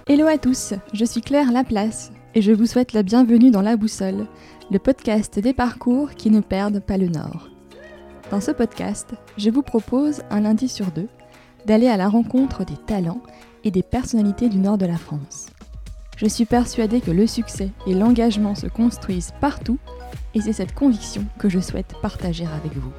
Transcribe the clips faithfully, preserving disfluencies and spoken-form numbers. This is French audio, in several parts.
Hello à tous, je suis Claire Laplace et je vous souhaite la bienvenue dans La Boussole, le podcast des parcours qui ne perdent pas le nord. Dans ce podcast, je vous propose, un lundi sur deux, d'aller à la rencontre des talents et des personnalités du nord de la France. Je suis persuadée que le succès et l'engagement se construisent partout et c'est cette conviction que je souhaite partager avec vous.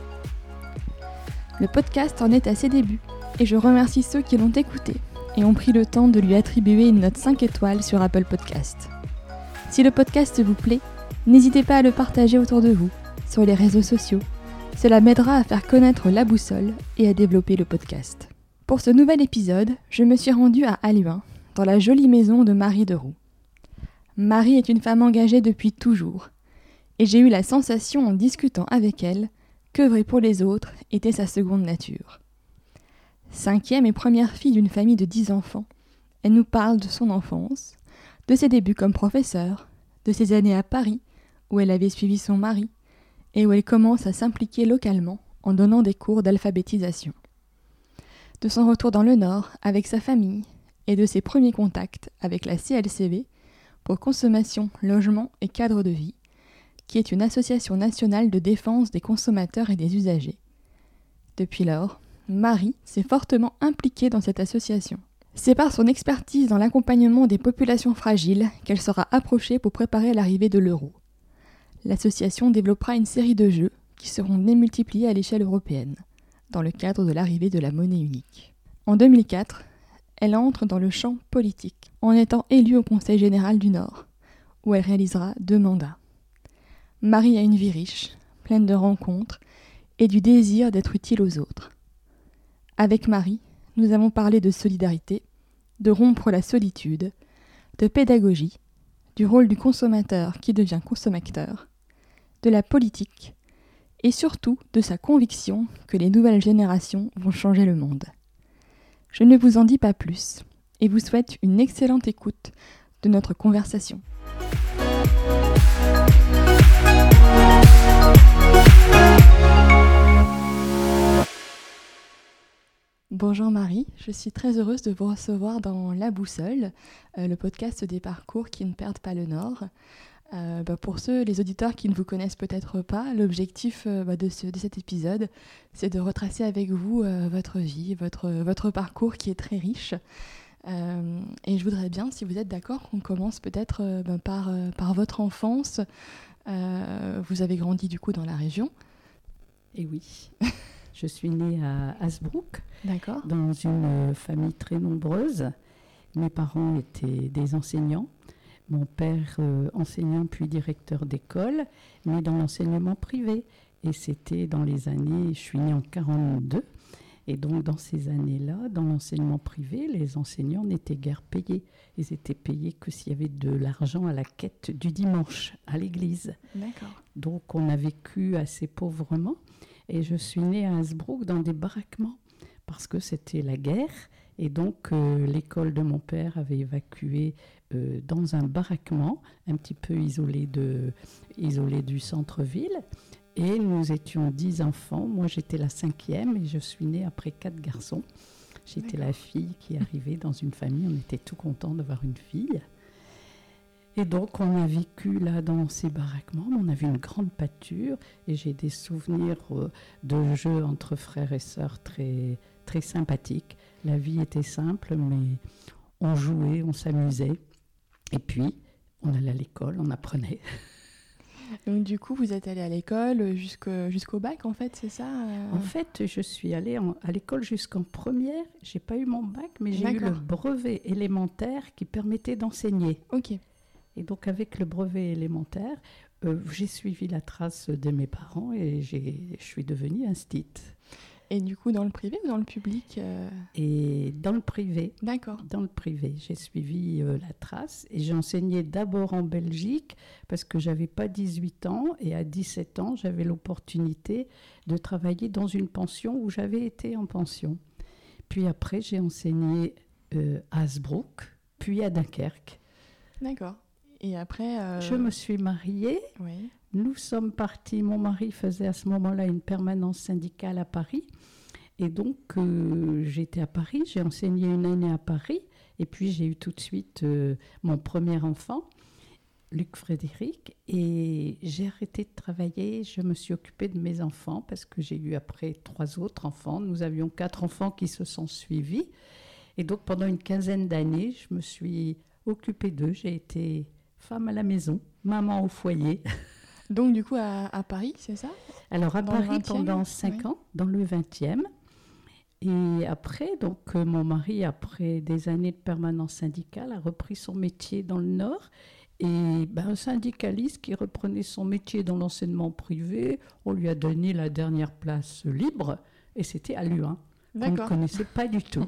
Le podcast en est à ses débuts et je remercie ceux qui l'ont écouté et ont pris le temps de lui attribuer une note cinq étoiles sur Apple Podcast. Si le podcast vous plaît, n'hésitez pas à le partager autour de vous, sur les réseaux sociaux. Cela m'aidera à faire connaître La Boussole et à développer le podcast. Pour ce nouvel épisode, je me suis rendue à Halluin, dans la jolie maison de Marie Deroux. Marie est une femme engagée depuis toujours, et j'ai eu la sensation en discutant avec elle qu'œuvrer pour les autres était sa seconde nature. Cinquième et première fille d'une famille de dix enfants, elle nous parle de son enfance, de ses débuts comme professeure, de ses années à Paris, où elle avait suivi son mari, et où elle commence à s'impliquer localement en donnant des cours d'alphabétisation. De son retour dans le Nord avec sa famille, et de ses premiers contacts avec la C L C V pour Consommation, Logement et Cadre de Vie, qui est une association nationale de défense des consommateurs et des usagers. Depuis lors, Marie s'est fortement impliquée dans cette association. C'est par son expertise dans l'accompagnement des populations fragiles qu'elle sera approchée pour préparer l'arrivée de l'euro. L'association développera une série de jeux qui seront démultipliés à l'échelle européenne, dans le cadre de l'arrivée de la monnaie unique. En deux mille quatre, elle entre dans le champ politique, en étant élue au Conseil général du Nord, où elle réalisera deux mandats. Marie a une vie riche, pleine de rencontres et du désir d'être utile aux autres. Avec Marie, nous avons parlé de solidarité, de rompre la solitude, de pédagogie, du rôle du consommateur qui devient consommateur, de la politique et surtout de sa conviction que les nouvelles générations vont changer le monde. Je ne vous en dis pas plus et vous souhaite une excellente écoute de notre conversation. Bonjour Marie, je suis très heureuse de vous recevoir dans La Boussole, euh, le podcast des parcours qui ne perdent pas le nord. Euh, bah pour ceux, les auditeurs qui ne vous connaissent peut-être pas, l'objectif euh, bah de, ce, de cet épisode, c'est de retracer avec vous euh, votre vie, votre, votre parcours qui est très riche. Euh, et je voudrais bien, si vous êtes d'accord, qu'on commence peut-être euh, bah, par, euh, par votre enfance. Euh, vous avez grandi du coup dans la région. Et oui. Je suis née à Hasbrouck, D'accord. dans une famille très nombreuse. Mes parents étaient des enseignants. Mon père euh, enseignant puis directeur d'école, mais dans l'enseignement privé. Et c'était dans les années, je suis née en quarante-deux, et donc dans ces années-là, dans l'enseignement privé, les enseignants n'étaient guère payés. Ils étaient payés que s'il y avait de l'argent à la quête du dimanche à l'église. D'accord. Donc on a vécu assez pauvrement. Et je suis née à Hasbrouck dans des baraquements parce que c'était la guerre. Et donc, euh, l'école de mon père avait évacué euh, dans un baraquement un petit peu isolé, de, isolé du centre-ville. Et nous étions dix enfants. Moi, j'étais la cinquième et je suis née après quatre garçons. J'étais D'accord. la fille qui arrivait dans une famille. On était tout contents d'avoir une fille. Et donc, on a vécu là dans ces baraquements, on a vu une grande pâture et j'ai des souvenirs euh, de jeux entre frères et sœurs très, très sympathiques. La vie était simple, mais on jouait, on s'amusait. Et puis, on allait à l'école, on apprenait. Donc du coup, vous êtes allée à l'école jusqu'au, jusqu'au bac, en fait, c'est ça euh... En fait, je suis allée en, à l'école jusqu'en première. Je n'ai pas eu mon bac, mais j'ai D'accord. eu le brevet élémentaire qui permettait d'enseigner. Ok. Et donc, avec le brevet élémentaire, euh, j'ai suivi la trace de mes parents et j'ai, je suis devenue instite. Et du coup, dans le privé ou dans le public euh... Et dans le privé. D'accord. Dans le privé, j'ai suivi euh, la trace et j'ai enseigné d'abord en Belgique parce que je n'avais pas dix-huit ans et à dix-sept ans, j'avais l'opportunité de travailler dans une pension où j'avais été en pension. Puis après, j'ai enseigné euh, à Hasbrouck, puis à Dunkerque. D'accord. Et après... Euh... Je me suis mariée. Oui. Nous sommes partis. Mon mari faisait à ce moment-là une permanence syndicale à Paris. Et donc, euh, j'étais à Paris. J'ai enseigné une année à Paris. Et puis j'ai eu tout de suite euh, mon premier enfant, Luc Frédéric, et j'ai arrêté de travailler. Je me suis occupée de mes enfants parce que j'ai eu après trois autres enfants. Nous avions quatre enfants qui se sont suivis. Et donc pendant une quinzaine d'années, je me suis occupée d'eux. J'ai été femme à la maison, maman au foyer. Donc du coup à, à Paris, c'est ça? Alors à dans Paris pendant cinq oui. ans, dans le vingtième. Et après, donc euh, mon mari, après des années de permanence syndicale, a repris son métier dans le Nord. Et ben, un syndicaliste qui reprenait son métier dans l'enseignement privé, on lui a donné la dernière place libre, et c'était à Luin. On ne connaissait pas du tout.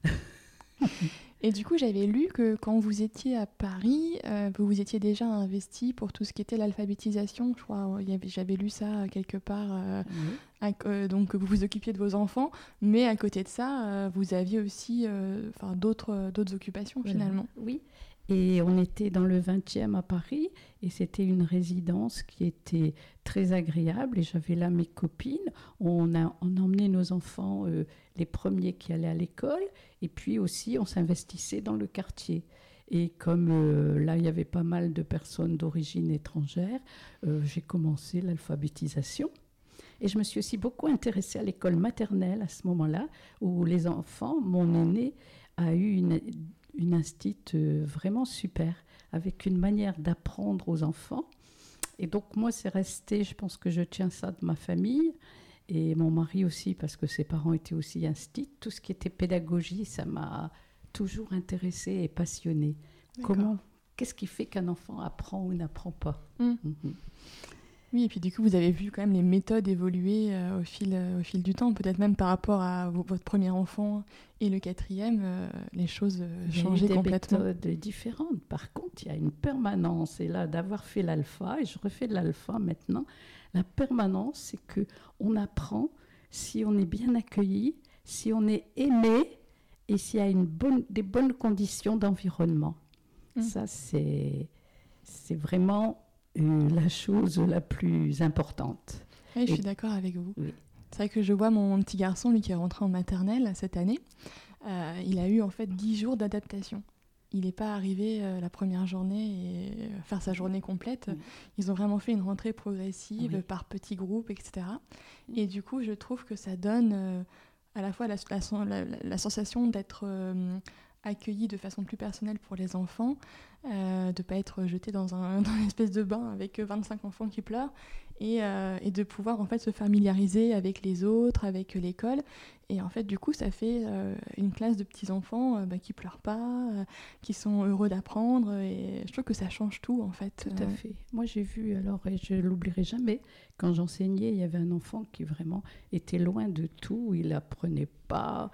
Et du coup, j'avais lu que quand vous étiez à Paris, euh, vous vous étiez déjà investi pour tout ce qui était l'alphabétisation. Je crois, y avait, j'avais lu ça quelque part. Euh, oui. à, euh, donc, vous vous occupiez de vos enfants, mais à côté de ça, euh, vous aviez aussi euh, d'autres, d'autres occupations voilà. Finalement. Oui. Et on était dans le vingtième à Paris, et c'était une résidence qui était très agréable, et j'avais là mes copines. On a, on a emmené nos enfants, euh, les premiers qui allaient à l'école, et puis aussi on s'investissait dans le quartier. Et comme euh, là, il y avait pas mal de personnes d'origine étrangère, euh, j'ai commencé l'alphabétisation. Et je me suis aussi beaucoup intéressée à l'école maternelle à ce moment-là, où les enfants, mon aîné a eu une... une instite vraiment super, avec une manière d'apprendre aux enfants. Et donc moi, c'est resté, je pense que je tiens ça de ma famille, et mon mari aussi, parce que ses parents étaient aussi instits. Tout ce qui était pédagogie, ça m'a toujours intéressée et passionnée. D'accord. Comment, qu'est-ce qui fait qu'un enfant apprend ou n'apprend pas? Mmh. Mmh. Oui, et puis du coup, vous avez vu quand même les méthodes évoluer euh, au, fil, euh, au fil du temps, peut-être même par rapport à v- votre premier enfant et le quatrième, euh, les choses euh, changeaient complètement. Il y a des méthodes différentes. Par contre, il y a une permanence. Et là, d'avoir fait l'alpha, et je refais de l'alpha maintenant, la permanence, c'est qu'on apprend si on est bien accueilli, si on est aimé et s'il y a une bonne, des bonnes conditions d'environnement. Mmh. Ça, c'est, c'est vraiment... Euh, la chose la plus importante. Oui, je Et... suis d'accord avec vous. Oui. C'est vrai que je vois mon, mon petit garçon, lui qui est rentré en maternelle cette année, euh, il a eu en fait dix jours d'adaptation. Il n'est pas arrivé euh, la première journée et faire sa journée complète. Oui. Ils ont vraiment fait une rentrée progressive oui. par petits groupes, et cetera. Oui. Et du coup, je trouve que ça donne euh, à la fois la, la, la, la sensation d'être... Euh, accueilli de façon plus personnelle pour les enfants, euh, de ne pas être jeté dans, un, dans une espèce de bain avec vingt-cinq enfants qui pleurent, et, euh, et de pouvoir en fait se familiariser avec les autres, avec l'école. Et en fait, du coup, ça fait euh, une classe de petits-enfants euh, bah, qui ne pleurent pas, euh, qui sont heureux d'apprendre, et je trouve que ça change tout, en fait. Tout à fait. Moi, j'ai vu, alors, et je ne l'oublierai jamais, quand j'enseignais, il y avait un enfant qui vraiment était loin de tout, il n'apprenait pas...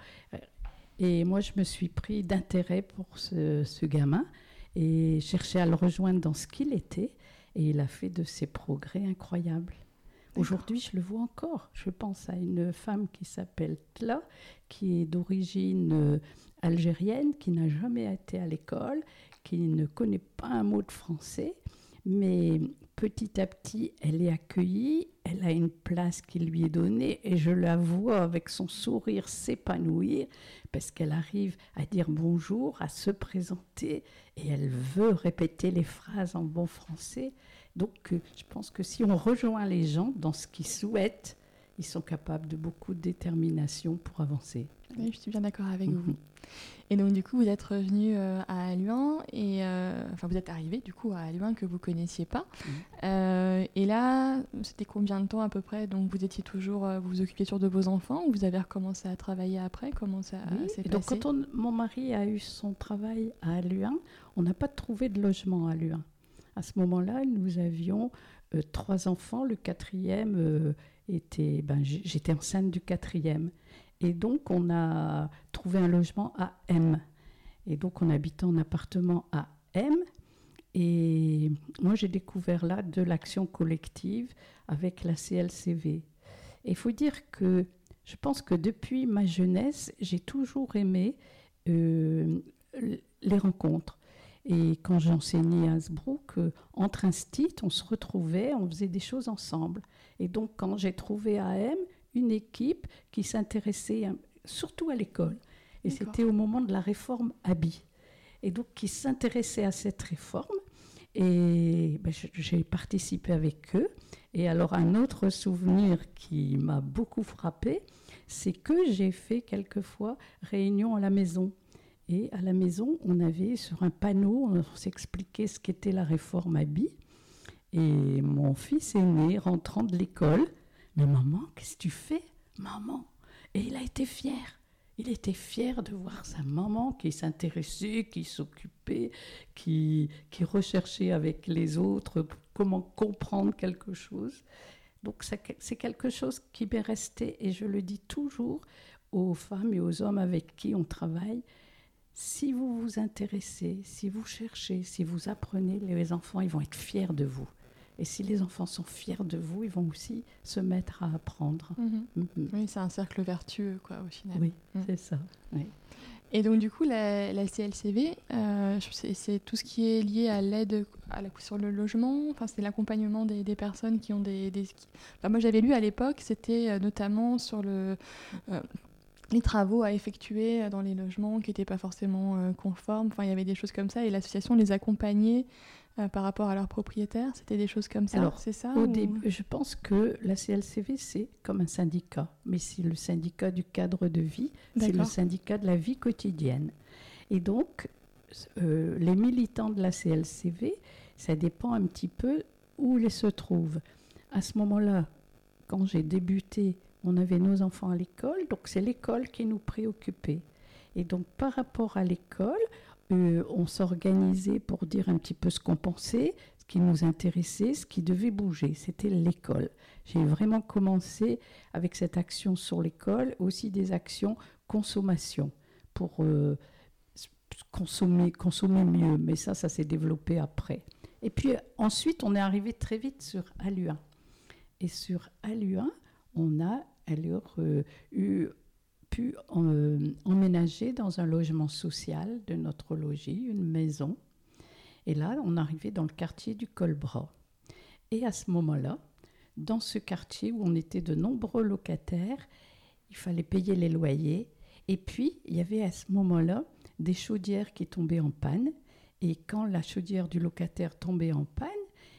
Et moi, je me suis pris d'intérêt pour ce, ce gamin et cherchais à le rejoindre dans ce qu'il était. Et il a fait de ses progrès incroyables. D'accord. Aujourd'hui, je le vois encore. Je pense à une femme qui s'appelle Tla, qui est d'origine euh, algérienne, qui n'a jamais été à l'école, qui ne connaît pas un mot de français. Mais petit à petit, elle est accueillie, elle a une place qui lui est donnée et je la vois avec son sourire s'épanouir parce qu'elle arrive à dire bonjour, à se présenter et elle veut répéter les phrases en bon français. Donc, je pense que si on rejoint les gens dans ce qu'ils souhaitent, ils sont capables de beaucoup de détermination pour avancer. Oui, je suis bien d'accord avec mm-hmm. vous. Et donc, du coup, vous êtes revenu euh, à Halluin, et euh, enfin, vous êtes arrivé, du coup, à Halluin que vous ne connaissiez pas. Mmh. Euh, et là, c'était combien de temps à peu près? Donc, vous étiez toujours, euh, vous vous occupiez toujours de vos enfants, ou vous avez recommencé à travailler après? Comment ça oui. s'est et passé? Donc, quand on, mon mari a eu son travail à Halluin, on n'a pas trouvé de logement à Halluin. À ce moment-là, nous avions euh, trois enfants. Le quatrième euh, était... Ben, j'étais enceinte du quatrième. Et donc, on a trouvé un logement à M. Et donc, on habitait en appartement à M. Et moi, j'ai découvert là de l'action collective avec la C L C V. Et il faut dire que je pense que depuis ma jeunesse, j'ai toujours aimé euh, les rencontres. Et quand j'enseignais à Innsbruck, euh, entre instits, on se retrouvait, on faisait des choses ensemble. Et donc, quand j'ai trouvé à M, une équipe qui s'intéressait surtout à l'école. Et D'accord. C'était au moment de la réforme Abi. et donc qui s'intéressaient à cette réforme. Et ben, j'ai participé avec eux. Et alors, un autre souvenir qui m'a beaucoup frappée, c'est que j'ai fait quelquefois réunion à la maison. Et à la maison, on avait sur un panneau, on s'expliquait ce qu'était la réforme Haby. Et mon fils aîné, rentrant de l'école, « Mais maman, qu'est-ce que tu fais, maman ?» Et il a été fier. Il était fier de voir sa maman qui s'intéressait, qui s'occupait, qui, qui recherchait avec les autres comment comprendre quelque chose. Donc c'est quelque chose qui m'est resté, et je le dis toujours aux femmes et aux hommes avec qui on travaille. Si vous vous intéressez, si vous cherchez, si vous apprenez, les enfants, ils vont être fiers de vous. Et si les enfants sont fiers de vous, ils vont aussi se mettre à apprendre. Mmh. Mmh. Oui, c'est un cercle vertueux, quoi, au final. Oui, mmh. c'est ça. Oui. Et donc, du coup, la, la C L C V, euh, c'est, c'est tout ce qui est lié à l'aide à la, sur le logement, enfin, c'est l'accompagnement des, des personnes qui ont des... des... Enfin, moi, j'avais lu à l'époque, c'était euh, notamment sur le... Euh, les travaux à effectuer dans les logements qui n'étaient pas forcément euh, conformes. Enfin, il y avait des choses comme ça, et l'association les accompagnait euh, par rapport à leurs propriétaires. C'était des choses comme ça, alors, c'est ça au ou... début, je pense que la C L C V, c'est comme un syndicat, mais c'est le syndicat du cadre de vie, c'est le syndicat de la vie quotidienne. Et donc, euh, les militants de la C L C V, ça dépend un petit peu où ils se trouvent. À ce moment-là, quand j'ai débuté, on avait nos enfants à l'école, donc c'est l'école qui nous préoccupait. Et donc par rapport à l'école, euh, on s'organisait pour dire un petit peu ce qu'on pensait, ce qui nous intéressait, ce qui devait bouger. C'était l'école. J'ai vraiment commencé avec cette action sur l'école, aussi des actions consommation, pour euh, consommer, consommer mieux. Mais ça, ça s'est développé après. Et puis ensuite, on est arrivé très vite sur Aluin. Et sur Aluin, on a alors euh, eu, pu euh, emménager dans un logement social de notre logis, une maison. Et là, on arrivait dans le quartier du Colbras. Et à ce moment-là, dans ce quartier où on était de nombreux locataires, il fallait payer les loyers. Et puis, il y avait à ce moment-là des chaudières qui tombaient en panne. Et quand la chaudière du locataire tombait en panne,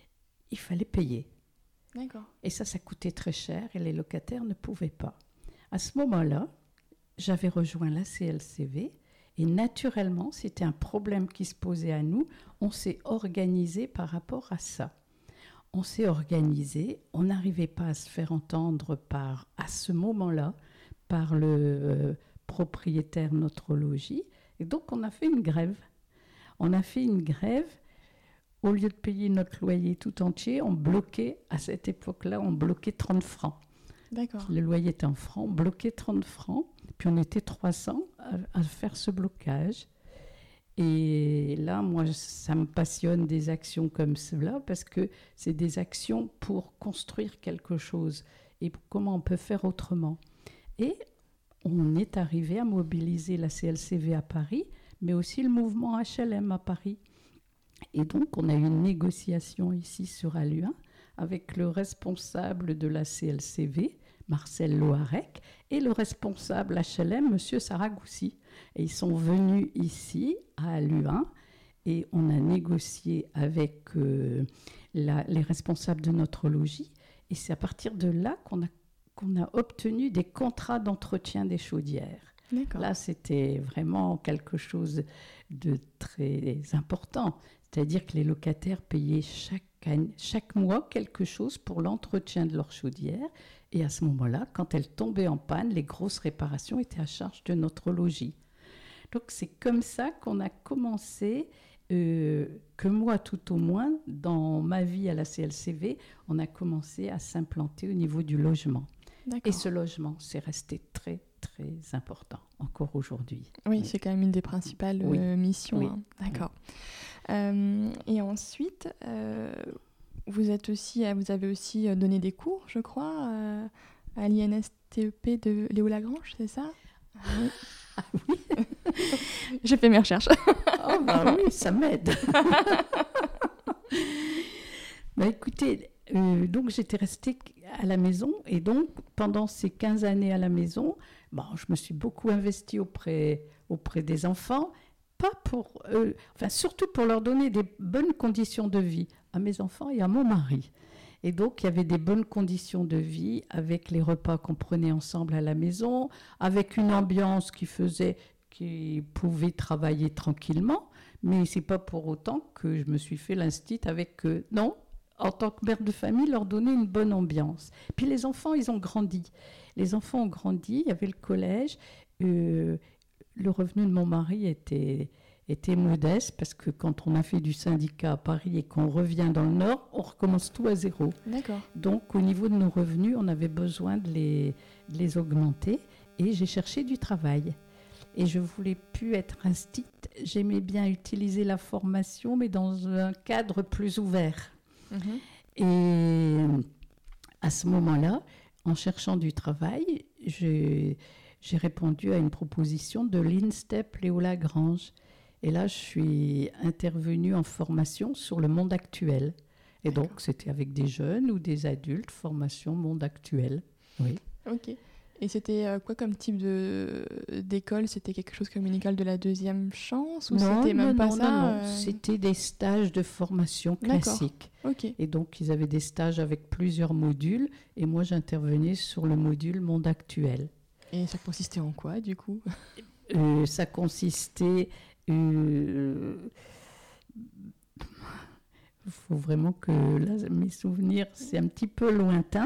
il fallait payer. D'accord. Et ça, ça coûtait très cher et les locataires ne pouvaient pas. À ce moment-là, j'avais rejoint la C L C V et naturellement, c'était un problème qui se posait à nous. On s'est organisé par rapport à ça. On s'est organisé, on n'arrivait pas à se faire entendre par, à ce moment-là par le euh, propriétaire de notre logis. Et donc, on a fait une grève. On a fait une grève. Au lieu de payer notre loyer tout entier, on bloquait, à cette époque-là, on bloquait trente francs. D'accord. Le loyer était en francs, on bloquait trente francs, puis on était trois cents à, à faire ce blocage. Et là, moi, ça me passionne des actions comme cela, parce que c'est des actions pour construire quelque chose, et comment on peut faire autrement. Et on est arrivé à mobiliser la C L C V à Paris, mais aussi le mouvement H L M à Paris. Et donc, on a eu une négociation ici sur Aluin avec le responsable de la C L C V, Marcel Loarec, et le responsable H L M, M. Saragoussi. Et ils sont venus ici, à Aluin, et on a négocié avec euh, la, les responsables de notre logis. Et c'est à partir de là qu'on a, qu'on a obtenu des contrats d'entretien des chaudières. D'accord. Là, c'était vraiment quelque chose de très important. C'est-à-dire que les locataires payaient chaque, année, chaque mois quelque chose pour l'entretien de leur chaudière. Et à ce moment-là, quand elle tombait en panne, les grosses réparations étaient à charge de notre logis. Donc c'est comme ça qu'on a commencé, euh, que moi tout au moins, dans ma vie à la C L C V, on a commencé à s'implanter au niveau du logement. D'accord. Et ce logement, c'est resté très, très important, encore aujourd'hui. Oui, oui, c'est quand même une des principales oui. euh, missions. Oui. Hein. D'accord. Oui. Euh, et ensuite, euh, vous, êtes aussi, vous avez aussi donné des cours, je crois, euh, à l'I N S T E P de Léo Lagrange, c'est ça ? Oui. Ah oui. J'ai fait mes recherches. Oh bah oui, ça m'aide. Bah écoutez, euh, donc j'étais restée à la maison et donc pendant ces quinze années à la maison, bon, je me suis beaucoup investie auprès, auprès des enfants pas pour, euh, enfin surtout pour leur donner des bonnes conditions de vie à mes enfants et à mon mari. Et donc, il y avait des bonnes conditions de vie avec les repas qu'on prenait ensemble à la maison, avec une ambiance qui faisait qu'ils pouvaient travailler tranquillement. Mais ce n'est pas pour autant que je me suis fait l'instit avec eux. Non, en tant que mère de famille, leur donner une bonne ambiance. Puis les enfants, ils ont grandi. Les enfants ont grandi, il y avait le collège. Euh, le revenu de mon mari était... était modeste parce que quand on a fait du syndicat à Paris et qu'on revient dans le Nord, on recommence tout à zéro. D'accord. Donc au niveau de nos revenus, on avait besoin de les, de les augmenter et j'ai cherché du travail. Et je voulais plus être instite, j'aimais bien utiliser la formation mais dans un cadre plus ouvert. Mmh. Et à ce moment-là, en cherchant du travail, j'ai, j'ai répondu à une proposition de l'INSTEP Léo Lagrange. Et là, je suis intervenue en formation sur le monde actuel. Et D'accord. donc, c'était avec des jeunes ou des adultes, formation monde actuel. Oui. Ok. Et c'était euh, quoi comme type de, d'école ? C'était quelque chose comme une école de la deuxième chance ou non, c'était même non, pas non, ça non, non. euh... C'était des stages de formation classiques. Ok. Et donc, ils avaient des stages avec plusieurs modules. Et moi, j'intervenais sur le module monde actuel. Et ça consistait en quoi, du coup ? euh, Ça consistait... Il euh, faut vraiment que là, mes souvenirs, c'est un petit peu lointain.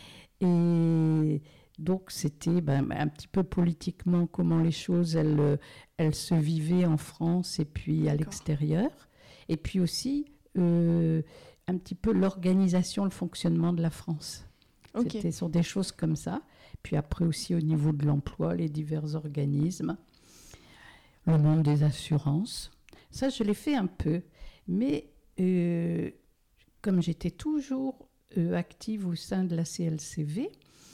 Et donc, c'était ben, un petit peu politiquement comment les choses, elles, elles se vivaient en France et puis à D'accord. l'extérieur. Et puis aussi, euh, un petit peu l'organisation, le fonctionnement de la France. Okay. C'était sur des choses comme ça. Puis après aussi, au niveau de l'emploi, les divers organismes. Le monde des assurances. Ça, je l'ai fait un peu. Mais euh, comme j'étais toujours euh, active au sein de la C L C V,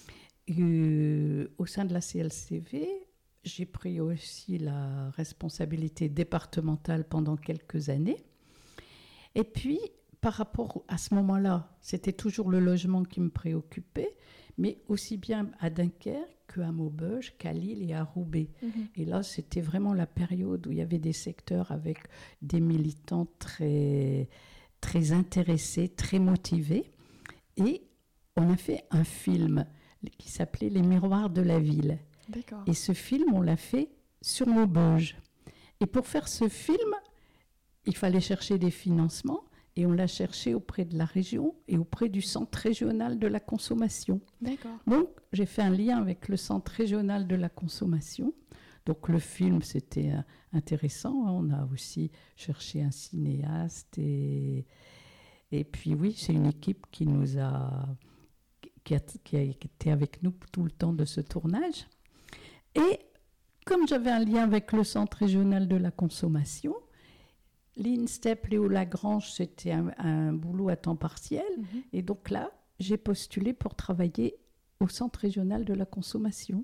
euh, au sein de la C L C V, j'ai pris aussi la responsabilité départementale pendant quelques années. Et puis, par rapport à ce moment-là, c'était toujours le logement qui me préoccupait, mais aussi bien à Dunkerque qu'à Maubeuge, qu'à Lille et à Roubaix. Mmh. Et là, c'était vraiment la période où il y avait des secteurs avec des militants très, très intéressés, très motivés. Et on a fait un film qui s'appelait « Les miroirs de la ville ». D'accord. Et ce film, on l'a fait sur Maubeuge. Et pour faire ce film, il fallait chercher des financements. Et on l'a cherché auprès de la région et auprès du Centre régional de la consommation. D'accord. Donc, j'ai fait un lien avec le Centre régional de la consommation. Donc, le film, c'était euh, intéressant. On a aussi cherché un cinéaste. Et, et puis, oui, c'est une équipe qui nous a... Qui, a... qui a été avec nous tout le temps de ce tournage. Et comme j'avais un lien avec le Centre régional de la consommation... L'INSTEP Léo Lagrange, c'était un, un boulot à temps partiel. Mmh. Et donc là, j'ai postulé pour travailler au Centre régional de la consommation.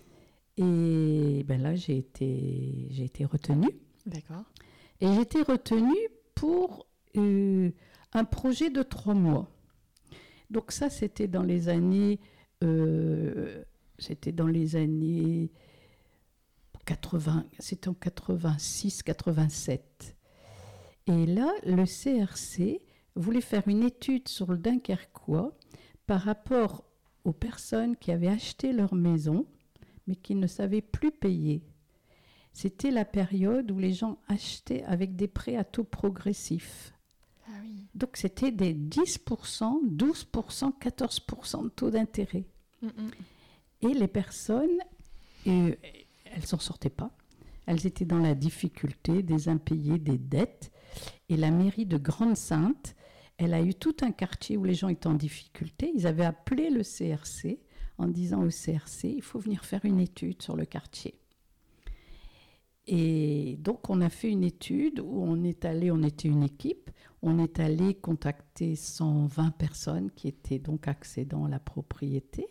Et ben là, j'ai été, j'ai été retenue. D'accord. Et j'ai été retenue pour euh, un projet de trois mois. Donc ça, c'était dans les années... Euh, c'était dans les années... quatre-vingts, c'était en quatre-vingt-six quatre-vingt-sept. Et là, le C R C voulait faire une étude sur le Dunkerquois par rapport aux personnes qui avaient acheté leur maison, mais qui ne savaient plus payer. C'était la période où les gens achetaient avec des prêts à taux progressifs. Ah oui. Donc, c'était des dix pour cent, douze pour cent, quatorze pour cent de taux d'intérêt. Mm-mm. Et les personnes, euh, elles ne s'en sortaient pas. Elles étaient dans la difficulté, des impayés, des dettes. Et la mairie de Grande-Synthe, elle a eu tout un quartier où les gens étaient en difficulté. Ils avaient appelé le C R C en disant au C R C, il faut venir faire une étude sur le quartier. Et donc, on a fait une étude où on est allé, on était une équipe, on est allé contacter cent vingt personnes qui étaient donc accédant à la propriété.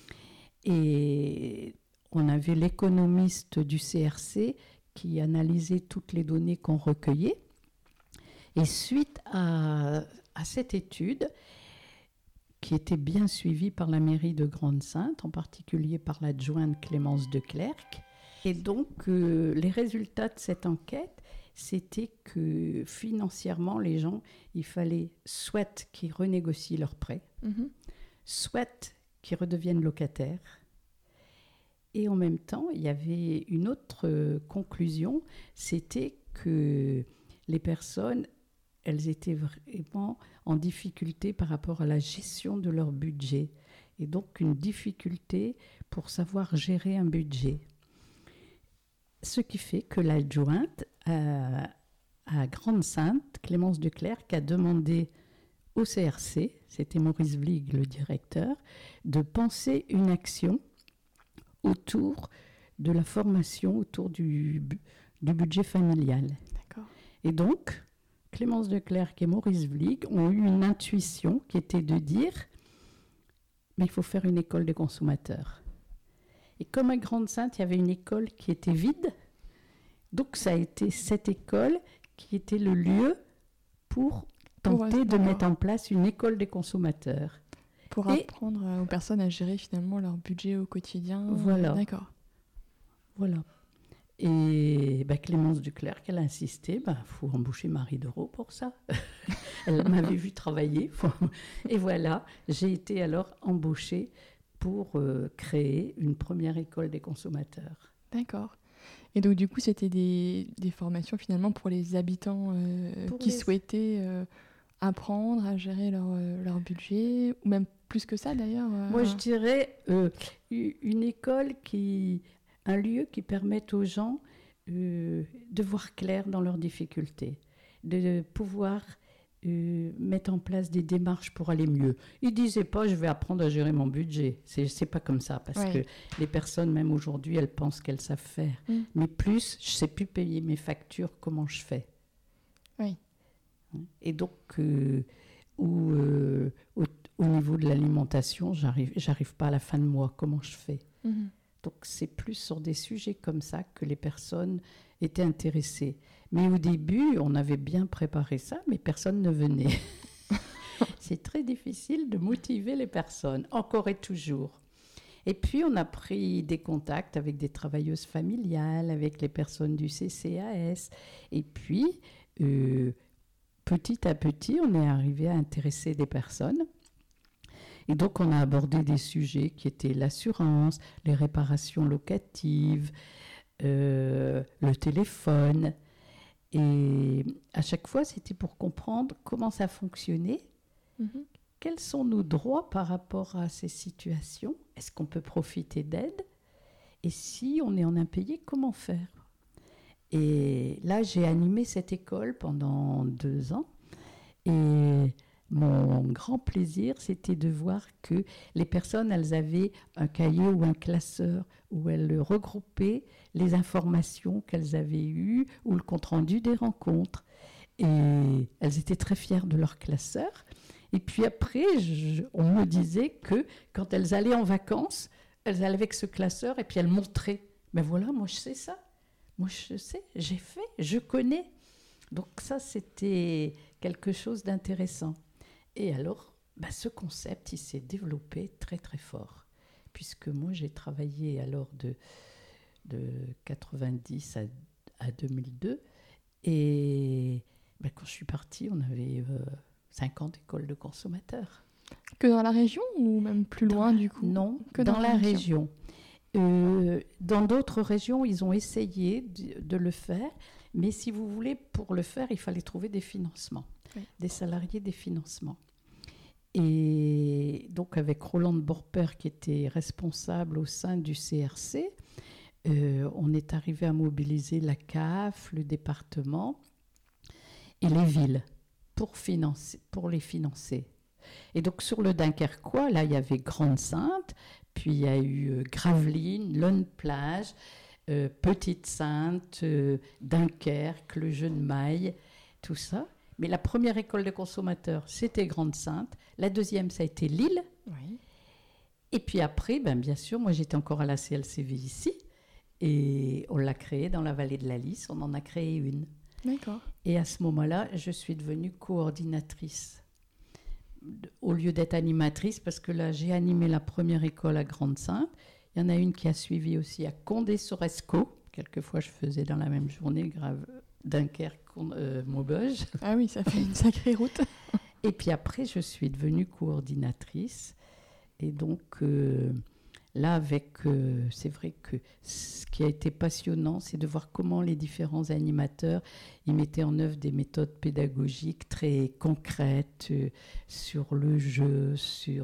Et on avait l'économiste du C R C qui analysait toutes les données qu'on recueillait. Et suite à, à cette étude, qui était bien suivie par la mairie de Grande-Synthe, en particulier par l'adjointe Clémence Declercq, Et donc, euh, les résultats de cette enquête, c'était que financièrement, les gens, il fallait soit qu'ils renégocient leurs prêts, Mhm. soit qu'ils redeviennent locataires. Et en même temps, il y avait une autre euh, conclusion, c'était que les personnes, elles étaient vraiment en difficulté par rapport à la gestion de leur budget. Et donc, une difficulté pour savoir gérer un budget. Ce qui fait que l'adjointe à, à Grande-Sainte, Clémence Declercq, a demandé au C R C, c'était Maurice Vlig, le directeur, de penser une action autour de la formation, autour du, du budget familial. D'accord. Et donc, Clémence Declercq et Maurice Vlig ont eu une intuition qui était de dire « mais il faut faire une école des consommateurs ». Et comme à Grande-Sainte, il y avait une école qui était vide, donc ça a été cette école qui était le lieu pour tenter Pour, de mettre en place une école des consommateurs. Pour Et apprendre aux personnes à gérer finalement leur budget au quotidien. Voilà. D'accord. Voilà. Et bah, Clémence Declercq, elle a insisté, il bah, faut embaucher Marie Dereau pour ça. Elle m'avait vu travailler. Et voilà, j'ai été alors embauchée pour euh, créer une première école des consommateurs. D'accord. Et donc du coup, c'était des, des formations finalement pour les habitants euh, Pour qui les... souhaitaient euh, apprendre à gérer leur, euh, leur budget, ou même plus que ça d'ailleurs. Euh... Moi, je dirais euh, une école qui... un lieu qui permette aux gens euh, de voir clair dans leurs difficultés, de pouvoir euh, mettre en place des démarches pour aller mieux. Ils ne disaient pas « je vais apprendre à gérer mon budget ». C'est, c'est pas comme ça, parce ouais. que les personnes, même aujourd'hui, elles pensent qu'elles savent faire. Mm. Mais plus, je ne sais plus payer mes factures, comment je fais. Oui. Et donc, euh, ou, euh, au, au niveau de l'alimentation, j'arrive, j'arrive pas à la fin de mois, comment je fais. Mm-hmm. Donc, c'est plus sur des sujets comme ça que les personnes étaient intéressées. Mais au début, on avait bien préparé ça, mais personne ne venait. C'est très difficile de motiver les personnes, encore et toujours. Et puis, on a pris des contacts avec des travailleuses familiales, avec les personnes du C C A S. Et puis, euh, petit à petit, on est arrivé à intéresser des personnes. Et donc, on a abordé des sujets qui étaient l'assurance, les réparations locatives, euh, le téléphone. Et à chaque fois, c'était pour comprendre comment ça fonctionnait, mmh. Quels sont nos droits par rapport à ces situations, est-ce qu'on peut profiter d'aide, et si on est en impayé, comment faire. Et là, j'ai animé cette école pendant deux ans, et mon grand plaisir, c'était de voir que les personnes, elles avaient un cahier ou un classeur où elles regroupaient les informations qu'elles avaient eues ou le compte-rendu des rencontres. Et elles étaient très fières de leur classeur. Et puis après, je, on me disait que quand elles allaient en vacances, elles allaient avec ce classeur et puis elles montraient. Mais voilà, moi je sais ça. Moi je sais, j'ai fait, je connais. Donc ça, c'était quelque chose d'intéressant. Et alors, bah, ce concept, il s'est développé très très fort. Puisque moi, j'ai travaillé alors de, de quatre-vingt-dix à, à deux mille deux. Et bah, quand je suis partie, on avait euh, cinquante écoles de consommateurs. Que dans la région ou même plus dans loin la, du coup? Non, que dans, dans la, la région. région. Euh, dans d'autres régions, ils ont essayé de, de le faire. Mais si vous voulez, pour le faire, il fallait trouver des financements. Oui. Des salariés, des financements. Et donc, avec Roland Borper, qui était responsable au sein du C R C, euh, on est arrivé à mobiliser la C A F, le département et les villes pour, financer, pour les financer. Et donc, sur le Dunkerquois, là, il y avait Grande-Sainte, puis il y a eu euh, Gravelines, Lonne-Plage, euh, Petite-Sainte, euh, Dunkerque, le Jeune Maille, tout ça. Mais la première école de consommateurs, c'était Grande-Sainte. La deuxième, ça a été Lille. Oui. Et puis après, ben, bien sûr, moi, j'étais encore à la C L C V ici. Et on l'a créée dans la vallée de la Lys. On en a créé une. D'accord. Et à ce moment-là, je suis devenue coordinatrice. Au lieu d'être animatrice, parce que là, j'ai animé la première école à Grande-Sainte. Il y en a une qui a suivi aussi à Condé-sur-Escaut. Quelquefois, je faisais dans la même journée, grave, Dunkerque, euh, Maubeuge. Ah oui, ça fait une sacrée route. Et puis après, je suis devenue coordinatrice. Et donc, euh, là, avec, euh, c'est vrai que ce qui a été passionnant, c'est de voir comment les différents animateurs, ils mettaient en œuvre des méthodes pédagogiques très concrètes euh, sur le jeu, sur,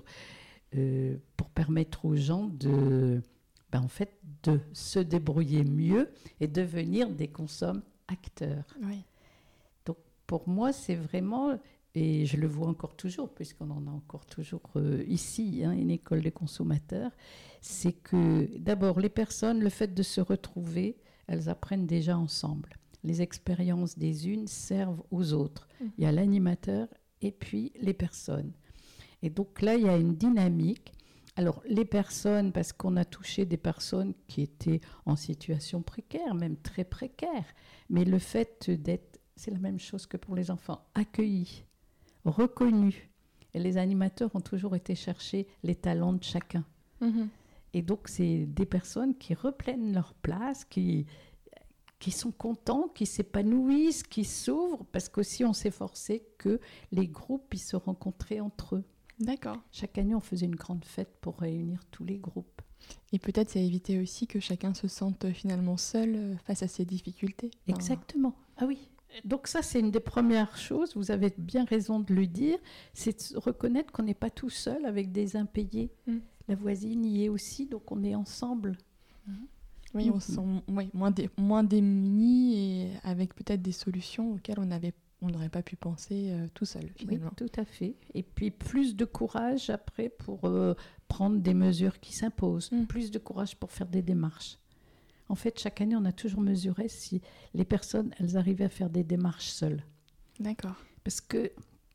euh, pour permettre aux gens de, ben, en fait, de se débrouiller mieux et devenir des consommateurs. Oui. Donc, pour moi, c'est vraiment... Et je le vois encore toujours, puisqu'on en a encore toujours euh, ici, hein, une école des consommateurs, c'est que d'abord, les personnes, le fait de se retrouver, elles apprennent déjà ensemble. Les expériences des unes servent aux autres. Mmh. Il y a l'animateur et puis les personnes. Et donc là, il y a une dynamique. Alors, les personnes, parce qu'on a touché des personnes qui étaient en situation précaire, même très précaire, mais le fait d'être, c'est la même chose que pour les enfants, accueillis, reconnus. Et les animateurs ont toujours été chercher les talents de chacun. Mmh. Et donc, c'est des personnes qui reprennent leur place, qui, qui sont contents, qui s'épanouissent, qui s'ouvrent, parce qu'aussi, on s'est forcé que les groupes puissent se rencontrer entre eux. D'accord. Chaque année, on faisait une grande fête pour réunir tous les groupes. Et peut-être ça évitait aussi que chacun se sente finalement seul face à ses difficultés. Enfin... Exactement. Ah oui. Donc ça, c'est une des premières choses, vous avez bien raison de le dire, c'est de reconnaître qu'on n'est pas tout seul avec des impayés. Mm. La voisine y est aussi, donc on est ensemble. Mm. Oui, on se sent oui, moins, dé, moins démunis et avec peut-être des solutions auxquelles on avait, on n'aurait pas pu penser euh, tout seul, finalement. Oui, tout à fait. Et puis plus de courage après pour euh, prendre des mesures qui s'imposent, mm. plus de courage pour faire des démarches. En fait, chaque année, on a toujours mesuré si les personnes, elles arrivaient à faire des démarches seules. D'accord. Parce que,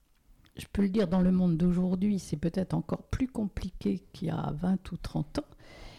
je peux le dire, dans le monde d'aujourd'hui, c'est peut-être encore plus compliqué qu'il y a vingt ou trente ans.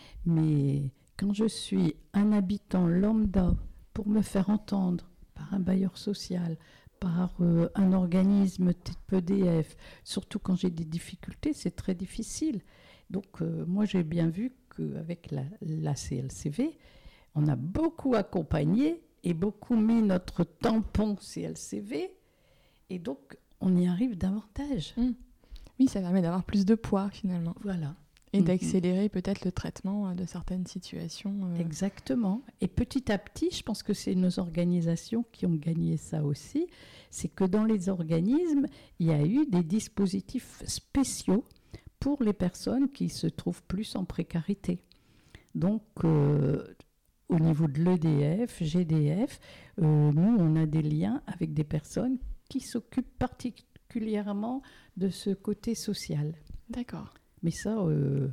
Mais quand je suis un habitant lambda, pour me faire entendre par un bailleur social, par euh, un organisme type E D F, surtout quand j'ai des difficultés, c'est très difficile. Donc, euh, moi, j'ai bien vu qu'avec la, la C L C V, on a beaucoup accompagné et beaucoup mis notre tampon C L C V et donc on y arrive davantage. Mmh. Oui, ça permet d'avoir plus de poids finalement. Voilà. Et mmh. d'accélérer peut-être le traitement de certaines situations. Euh... Exactement. Et petit à petit, je pense que c'est nos organisations qui ont gagné ça aussi, c'est que dans les organismes, il y a eu des dispositifs spéciaux pour les personnes qui se trouvent plus en précarité. Donc, euh, au niveau de l'E D F, G D F, euh, nous, on a des liens avec des personnes qui s'occupent particulièrement de ce côté social. D'accord. Mais ça, euh,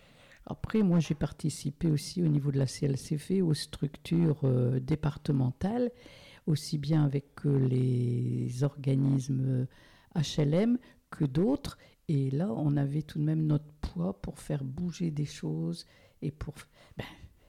après, moi, j'ai participé aussi au niveau de la C L C V aux structures euh, départementales, aussi bien avec euh, les organismes H L M que d'autres. Et là, on avait tout de même notre poids pour faire bouger des choses et pour... Ben,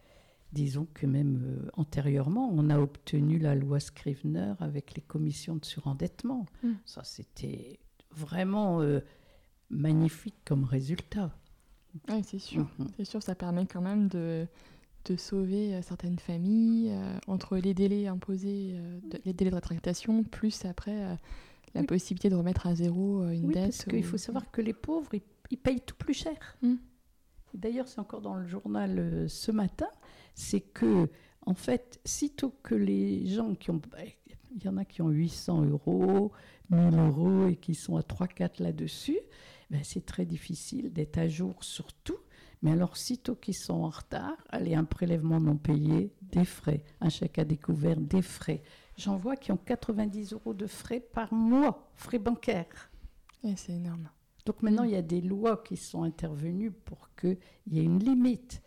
disons que même euh, antérieurement, on a obtenu la loi Scrivener avec les commissions de surendettement. Mmh. Ça, c'était vraiment euh, magnifique comme résultat. Oui, c'est sûr. Mmh. C'est sûr, ça permet quand même de, de sauver euh, certaines familles euh, entre les délais imposés, euh, de, les délais de rétractation, plus après euh, la oui. possibilité de remettre à zéro euh, une oui, dette. Parce qu'il ou... faut savoir que les pauvres, ils, ils payent tout plus cher. Mmh. D'ailleurs, c'est encore dans le journal euh, ce matin, c'est que, en fait, sitôt que les gens qui ont... Il y en a qui ont huit cents euros, mille euros et qui sont à trois quatre là-dessus, ben c'est très difficile d'être à jour sur tout. Mais alors, sitôt qu'ils sont en retard, allez, un prélèvement non payé, des frais, un chèque à découvert, des frais. J'en vois qui ont quatre-vingt-dix euros de frais par mois, frais bancaires. Et c'est énorme. Donc maintenant, il y a des lois qui sont intervenues pour qu'il y ait une limite.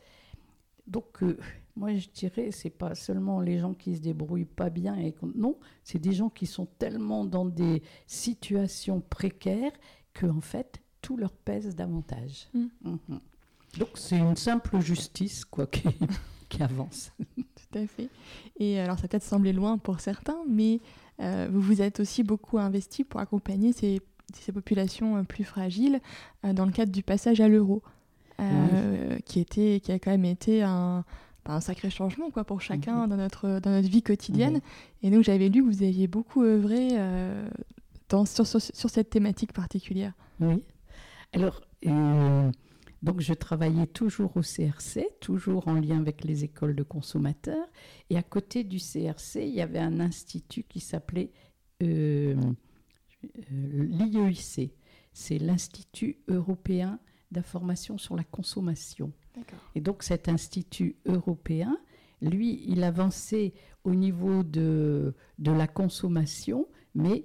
Donc, euh, moi, je dirais, ce n'est pas seulement les gens qui ne se débrouillent pas bien. Et non, c'est des gens qui sont tellement dans des situations précaires qu'en fait, tout leur pèse davantage. Mmh. Mmh. Donc, c'est une simple justice quoi, qui, qui avance. Tout à fait. Et alors, ça peut-être semblé loin pour certains, mais euh, vous vous êtes aussi beaucoup investi pour accompagner ces ces populations plus fragiles euh, dans le cadre du passage à l'euro. Euh, oui. qui, était, qui a quand même été un, un sacré changement quoi, pour chacun mmh. dans, notre, dans notre vie quotidienne. Mmh. Et donc j'avais lu que vous aviez beaucoup œuvré euh, dans, sur, sur, sur cette thématique particulière. Oui. Alors, euh, donc je travaillais toujours au C R C, toujours en lien avec les écoles de consommateurs. Et à côté du C R C, il y avait un institut qui s'appelait euh, euh, l'I E I C. C'est l'Institut européen d'information sur la consommation. D'accord. Et donc cet institut européen, lui, il avançait au niveau de, de la consommation, mais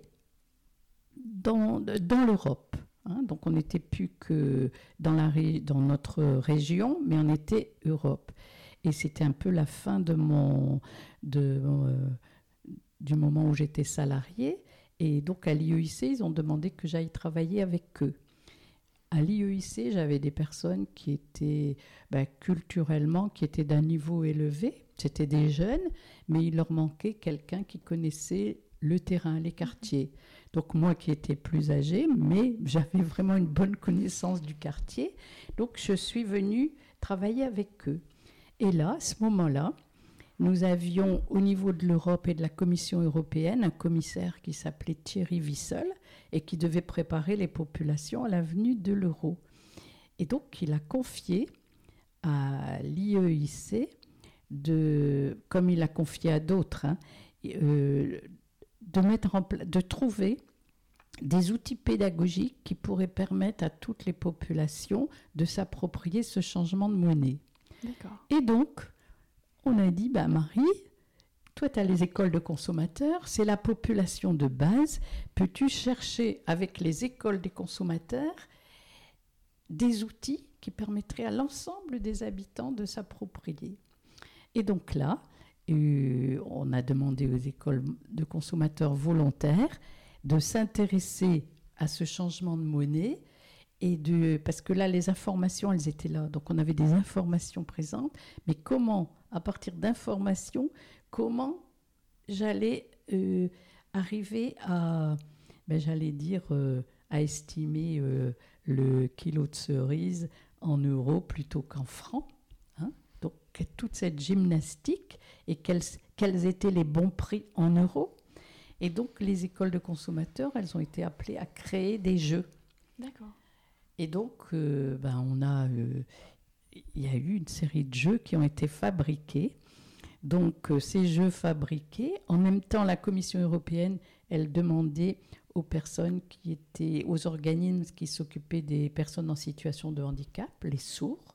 dans, dans l'Europe. Hein. Donc on n'était plus que dans, la, dans notre région, mais on était Europe. Et c'était un peu la fin de mon, de, euh, du moment où j'étais salariée. Et donc à l'I E I C, ils ont demandé que j'aille travailler avec eux. À l'I E I C, j'avais des personnes qui étaient ben, culturellement, qui étaient d'un niveau élevé. C'était des jeunes, mais il leur manquait quelqu'un qui connaissait le terrain, les quartiers. Donc moi qui étais plus âgée, mais j'avais vraiment une bonne connaissance du quartier. Donc je suis venue travailler avec eux. Et là, à ce moment-là, nous avions au niveau de l'Europe et de la Commission européenne un commissaire qui s'appelait Thierry Wissel et qui devait préparer les populations à la venue de l'euro. Et donc il a confié à l'I E I C, de, comme il a confié à d'autres, hein, euh, de, mettre en pla- de trouver des outils pédagogiques qui pourraient permettre à toutes les populations de s'approprier ce changement de monnaie. D'accord. Et donc, on a dit, bah Marie, toi tu as les écoles de consommateurs, c'est la population de base, peux-tu chercher avec les écoles des consommateurs des outils qui permettraient à l'ensemble des habitants de s'approprier? Et donc là, euh, on a demandé aux écoles de consommateurs volontaires de s'intéresser à ce changement de monnaie, et de, parce que là, les informations, elles étaient là. Donc, on avait des informations présentes. Mais comment, à partir d'informations, comment j'allais euh, arriver à, ben, j'allais dire, euh, à estimer euh, le kilo de cerises en euros plutôt qu'en francs, hein. Donc, toute cette gymnastique et quels, quels étaient les bons prix en euros. Et donc, les écoles de consommateurs, elles ont été appelées à créer des jeux. D'accord. Et donc, euh, ben, on a, euh, il y a eu une série de jeux qui ont été fabriqués. Donc, euh, ces jeux fabriqués, en même temps, la Commission européenne, elle demandait aux personnes qui étaient, aux organismes qui s'occupaient des personnes en situation de handicap, les sourds,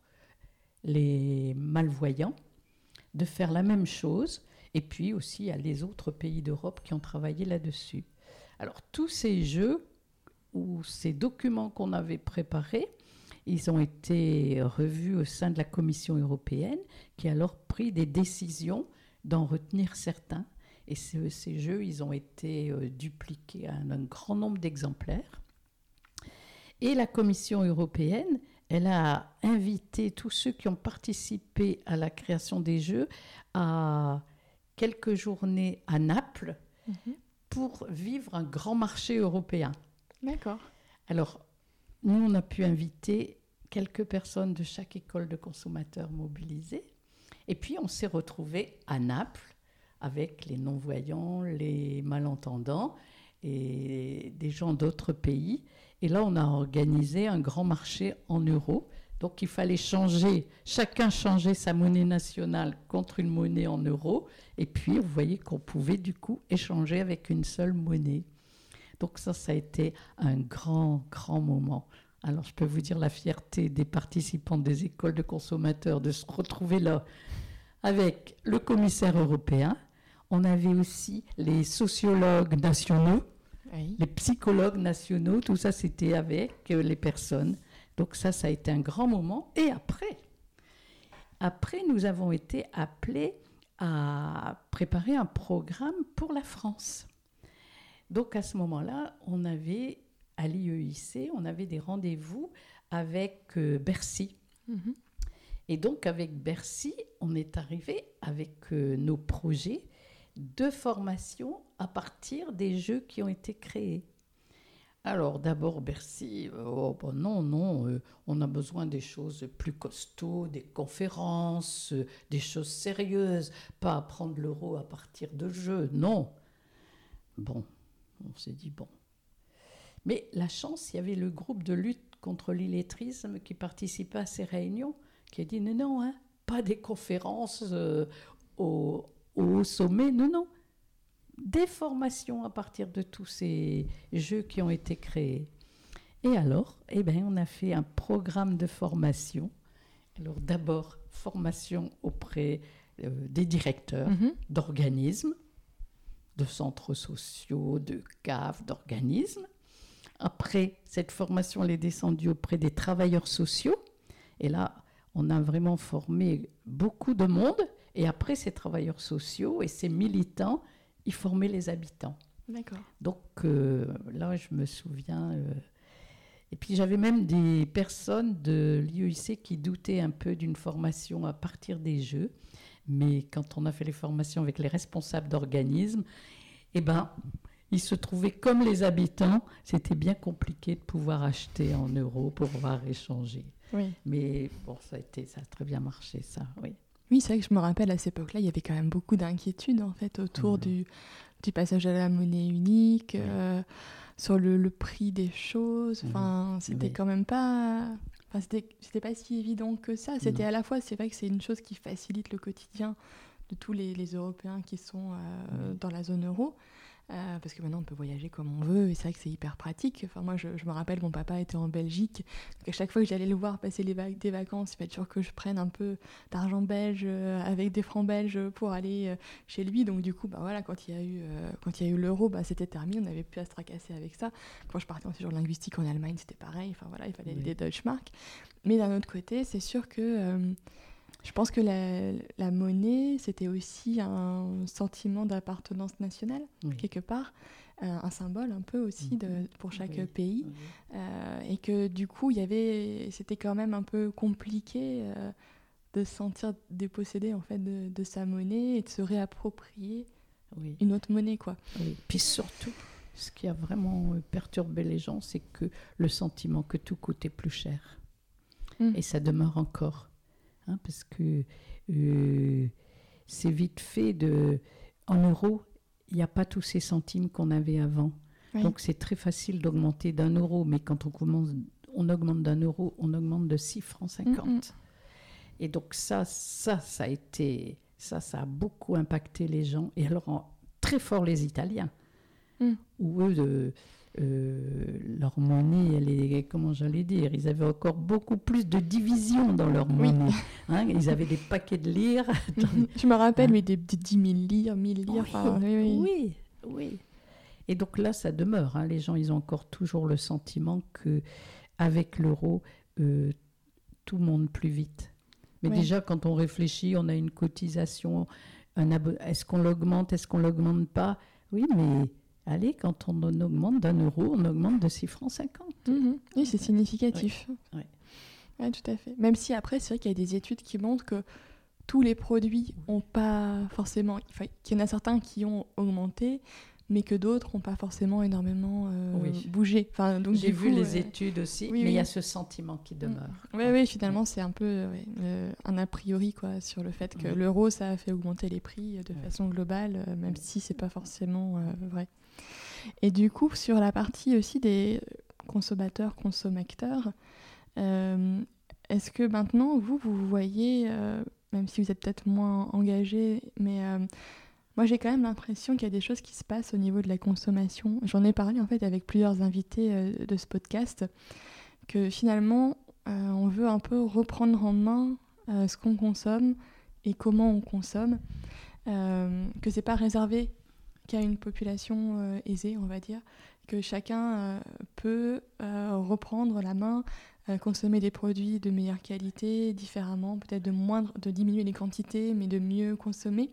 les malvoyants, de faire la même chose. Et puis aussi, il y a les autres pays d'Europe qui ont travaillé là-dessus. Alors, tous ces jeux où ces documents qu'on avait préparés, ils ont été revus au sein de la Commission européenne, qui a alors pris des décisions d'en retenir certains. Et ces, ces jeux, ils ont été euh, dupliqués à un, un grand nombre d'exemplaires. Et la Commission européenne, elle a invité tous ceux qui ont participé à la création des jeux à quelques journées à Naples mmh. pour vivre un grand marché européen. D'accord. Alors, nous, on a pu inviter quelques personnes de chaque école de consommateurs mobilisées. Et puis, on s'est retrouvés à Naples avec les non-voyants, les malentendants et des gens d'autres pays. Et là, on a organisé un grand marché en euros. Donc, il fallait changer, chacun changeait sa monnaie nationale contre une monnaie en euros. Et puis, vous voyez qu'on pouvait du coup échanger avec une seule monnaie. Donc ça, ça a été un grand, grand moment. Alors, je peux vous dire la fierté des participants des écoles de consommateurs de se retrouver là avec le commissaire européen. On avait aussi les sociologues nationaux, oui. les psychologues nationaux, tout ça, c'était avec les personnes. Donc ça, ça a été un grand moment. Et après, après, nous avons été appelés à préparer un programme pour la France. Donc, à ce moment-là, on avait, à l'I E I C, on avait des rendez-vous avec euh, Bercy. Mmh. Et donc, avec Bercy, on est arrivé avec euh, nos projets de formation à partir des jeux qui ont été créés. Alors d'abord Bercy, euh, oh, bon, non, non, euh, on a besoin des choses plus costauds, des conférences, euh, des choses sérieuses, pas apprendre l'euro à partir de jeux, non. Bon, on s'est dit bon. Mais la chance, il y avait le groupe de lutte contre l'illettrisme qui participait à ces réunions, qui a dit non, non, hein, pas des conférences euh, au, au sommet, non, non. Des formations à partir de tous ces jeux qui ont été créés. Et alors, eh ben, on a fait un programme de formation. Alors d'abord, formation auprès euh, des directeurs Mhm. d'organismes, de centres sociaux, de caves, d'organismes. Après, cette formation, elle est descendue auprès des travailleurs sociaux. Et là, on a vraiment formé beaucoup de monde. Et après, ces travailleurs sociaux et ces militants, ils formaient les habitants. D'accord. Donc euh, là, je me souviens. Euh, et puis j'avais même des personnes de l'I E I C qui doutaient un peu d'une formation à partir des jeux. Mais quand on a fait les formations avec les responsables d'organismes, eh ben, ils se trouvaient comme les habitants. C'était bien compliqué de pouvoir acheter en euros pour pouvoir échanger. Oui. Mais bon, ça a été, ça a très bien marché, ça, oui. Oui, c'est vrai que je me rappelle à cette époque-là, il y avait quand même beaucoup d'inquiétudes en fait autour Mmh. du, du passage à la monnaie unique, Oui. euh, sur le, le prix des choses. Mmh. Enfin, c'était Oui. quand même pas, enfin, c'était, c'était pas si évident que ça. C'était Non. à la fois, c'est vrai que c'est une chose qui facilite le quotidien de tous les, les Européens qui sont euh, Oui. dans la zone euro. Euh, parce que maintenant on peut voyager comme on veut et c'est vrai que c'est hyper pratique. Enfin, moi je, je me rappelle, mon papa était en Belgique, donc à chaque fois que j'allais le voir passer les va- des vacances, il fallait toujours que je prenne un peu d'argent belge euh, avec des francs belges pour aller euh, chez lui. Donc du coup, bah, voilà, quand il y a eu, euh, quand il y a eu l'euro, bah, c'était terminé, on n'avait plus à se tracasser avec ça. Quand je partais en séjour linguistique en Allemagne, c'était pareil, enfin, voilà, il fallait Oui. des Deutschmark. Mais d'un autre côté, c'est sûr que euh, je pense que la, la monnaie, c'était aussi un sentiment d'appartenance nationale, Oui. quelque part, euh, un symbole un peu aussi de, pour chaque Oui. pays. Oui. Euh, et que du coup, il y avait, c'était quand même un peu compliqué euh, de se sentir dépossédé en fait, de, de sa monnaie et de se réapproprier Oui. une autre monnaie, quoi. Oui. Puis surtout, ce qui a vraiment euh, perturbé les gens, c'est que le sentiment que tout coûtait plus cher. Mm. Et ça demeure encore. Hein, parce que euh, c'est vite fait de... En euros, il n'y a pas tous ces centimes qu'on avait avant. Oui. Donc c'est très facile d'augmenter d'un euro, mais quand on, commence, on augmente d'un euro, on augmente de six francs cinquante. Mm, mm. Et donc ça, ça, ça a été... Ça, ça a beaucoup impacté les gens. Et alors, en- très fort les Italiens. Mm. Où eux, de, euh, leur monnaie, elle est, comment j'allais dire, ils avaient encore beaucoup plus de divisions dans leur Oui. monnaie. Hein, ils avaient des paquets de lire. Mhm. Je me rappelle, Hein. oui, des, des dix mille lire, mille lire. enfin, oui, oui. oui, oui. Et donc là, ça demeure. Hein. Les gens, ils ont encore toujours le sentiment que avec l'euro, euh, tout monte plus vite. Mais Ouais. déjà, quand on réfléchit, on a une cotisation. Un abo- Est-ce qu'on l'augmente, est-ce qu'on l'augmente pas? Oui, mais allez, quand on en augmente d'un euro, on augmente de six francs cinquante. Mhm. Oui, c'est significatif. Oui. Ouais, tout à fait. Même si après, c'est vrai qu'il y a des études qui montrent que tous les produits n'ont pas forcément... Enfin, qu'il y en a certains qui ont augmenté, mais que d'autres n'ont pas forcément énormément euh, Oui. bougé. Enfin, donc, J'ai du vu coup, les euh, études aussi, oui, mais il y a oui. ce sentiment qui demeure. Oui, oui, finalement, c'est un peu ouais, euh, un a priori quoi, sur le fait que Oui. l'euro, ça a fait augmenter les prix euh, de Oui. façon globale, euh, même si c'est pas forcément euh, vrai. Et du coup, sur la partie aussi des consommateurs, consommateurs, euh, est-ce que maintenant, vous, vous voyez, euh, même si vous êtes peut-être moins engagé, mais euh, moi, j'ai quand même l'impression qu'il y a des choses qui se passent au niveau de la consommation. J'en ai parlé en fait avec plusieurs invités euh, de ce podcast, que finalement, euh, on veut un peu reprendre en main euh, ce qu'on consomme et comment on consomme, euh, que c'est pas réservé qu'à une population euh, aisée, on va dire, que chacun euh, peut euh, reprendre la main, euh, consommer des produits de meilleure qualité, différemment, peut-être de moindre, de diminuer les quantités, mais de mieux consommer.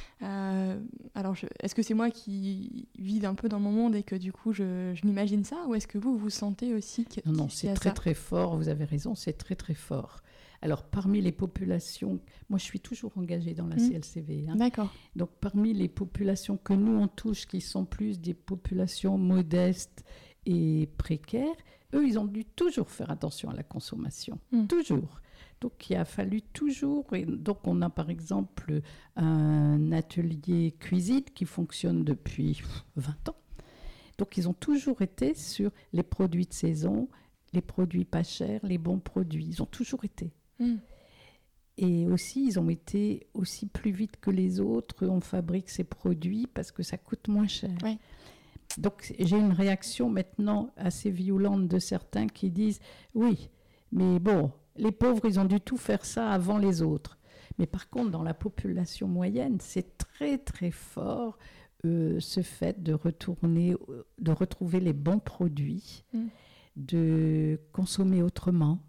Euh, alors, je, est-ce que c'est moi qui vide un peu dans mon monde et que du coup je, je m'imagine ça, ou est-ce que vous vous sentez aussi que, Non, non, qu'il y c'est a très ça très fort, vous avez raison, c'est très très fort. Alors parmi les populations, moi je suis toujours engagée dans la Mmh. C L C V, hein. D'accord. Donc parmi les populations que nous on touche, qui sont plus des populations modestes et précaires, eux, ils ont dû toujours faire attention à la consommation. Mmh. Toujours. Donc, il a fallu toujours... Et donc, on a par exemple un atelier cuisine qui fonctionne depuis vingt ans. Donc, ils ont toujours été sur les produits de saison, les produits pas chers, les bons produits. Ils ont toujours été. Mmh. Et aussi, ils ont été aussi plus vite que les autres. On fabrique ces produits parce que ça coûte moins cher. Oui. Donc, j'ai une réaction maintenant assez violente de certains qui disent « Oui, mais bon, les pauvres, ils ont dû tout faire ça avant les autres. » Mais par contre, dans la population moyenne, c'est très, très fort euh, ce fait de retourner, de retrouver les bons produits, mmh. de consommer autrement.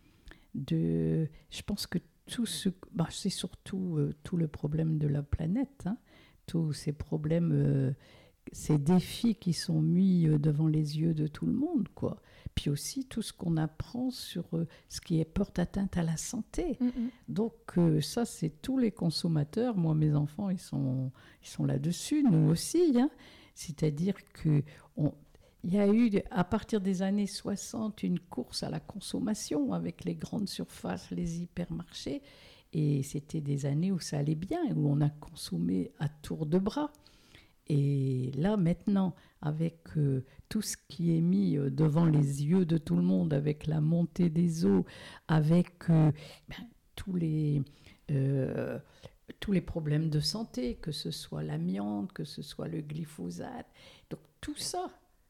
De, je pense que tout ce, bah, c'est surtout euh, tout le problème de la planète, hein, tous ces problèmes... Euh, ces défis qui sont mis devant les yeux de tout le monde, quoi. Puis aussi tout ce qu'on apprend sur euh, ce qui est porte atteinte à la santé. Mm-hmm. Donc euh, ça, c'est tous les consommateurs. Moi, mes enfants, ils sont, ils sont là-dessus, nous aussi. Hein. C'est-à-dire qu'il y a eu, à partir des années soixante, une course à la consommation avec les grandes surfaces, les hypermarchés. Et c'était des années où ça allait bien, où on a consommé à tour de bras. Et là, maintenant, avec euh, tout ce qui est mis euh, devant les yeux de tout le monde, avec la montée des eaux, avec euh, ben, tous, les, euh, tous les problèmes de santé, que ce soit l'amiante, que ce soit le glyphosate, donc tout ça,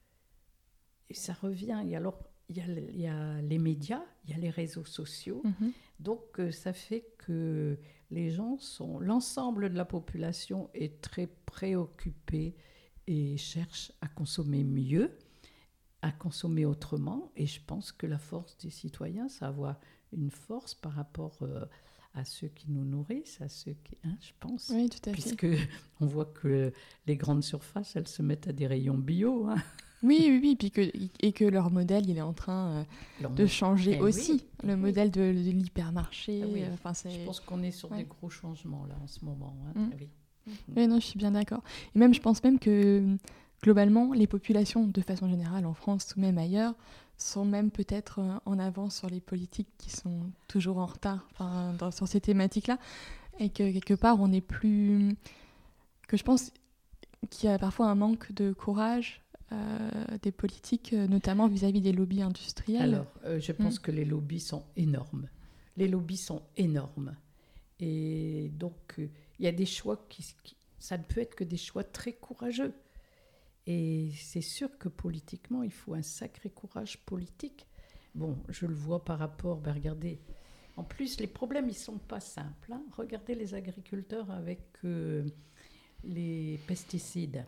et ça revient. Et alors, il y a, il y a les médias, il y a les réseaux sociaux, mm-hmm. donc euh, ça fait que les gens sont, l'ensemble de la population est très préoccupée et cherche à consommer mieux, à consommer autrement. Et je pense que la force des citoyens, c'est avoir une force par rapport euh, à ceux qui nous nourrissent, à ceux qui, hein, je pense. Oui, tout à fait. Puisque on voit que les grandes surfaces, elles se mettent à des rayons bio. Hein. Oui, oui, oui, puis que, et que leur modèle, il est en train euh, de changer eh aussi. Oui, le oui. modèle de, de l'hypermarché. Ah oui. euh, enfin, c'est... Je pense qu'on est sur ouais. des gros changements là en ce moment. Hein. Mmh. Ah oui. Mmh. Oui, non, je suis bien d'accord. Et même, je pense même que globalement, les populations, de façon générale, en France ou même ailleurs, sont même peut-être en avance sur les politiques qui sont toujours en retard enfin, dans, sur ces thématiques-là. Et que quelque part, on est plus... que je pense qu'il y a parfois un manque de courage Euh, des politiques, notamment vis-à-vis des lobbies industriels. Alors, euh, je pense mmh. que les lobbies sont énormes. Les lobbies sont énormes. Et donc, il euh, y a des choix qui, qui... Ça ne peut être que des choix très courageux. Et c'est sûr que politiquement, il faut un sacré courage politique. Bon, je le vois par rapport... Ben regardez, en plus, les problèmes, ils ne sont pas simples. Hein. Regardez les agriculteurs avec euh, les pesticides.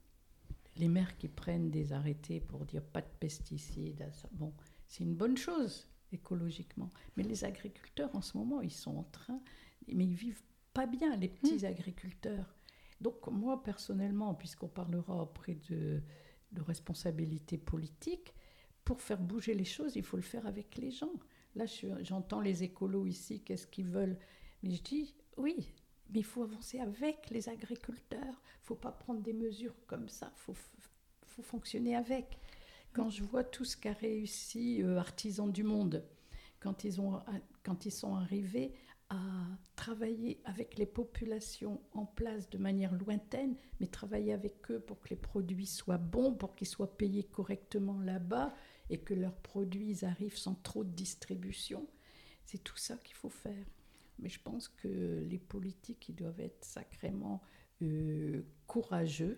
Les maires qui prennent des arrêtés pour dire pas de pesticides, bon, c'est une bonne chose écologiquement. Mais les agriculteurs, en ce moment, ils sont en train... Mais ils vivent pas bien, les petits mmh. agriculteurs. Donc moi, personnellement, puisqu'on parlera après de, de responsabilité politique, pour faire bouger les choses, il faut le faire avec les gens. Là, je, j'entends les écolos ici, qu'est-ce qu'ils veulent. Mais je dis, oui... Mais il faut avancer avec les agriculteurs. Il ne faut pas prendre des mesures comme ça. Il faut, faut fonctionner avec. Quand je vois tout ce qu'a réussi euh, Artisans du Monde, quand ils, ont, quand ils sont arrivés à travailler avec les populations en place de manière lointaine, mais travailler avec eux pour que les produits soient bons, pour qu'ils soient payés correctement là-bas et que leurs produits arrivent sans trop de distribution, c'est tout ça qu'il faut faire. Mais je pense que les politiques, ils doivent être sacrément euh, courageux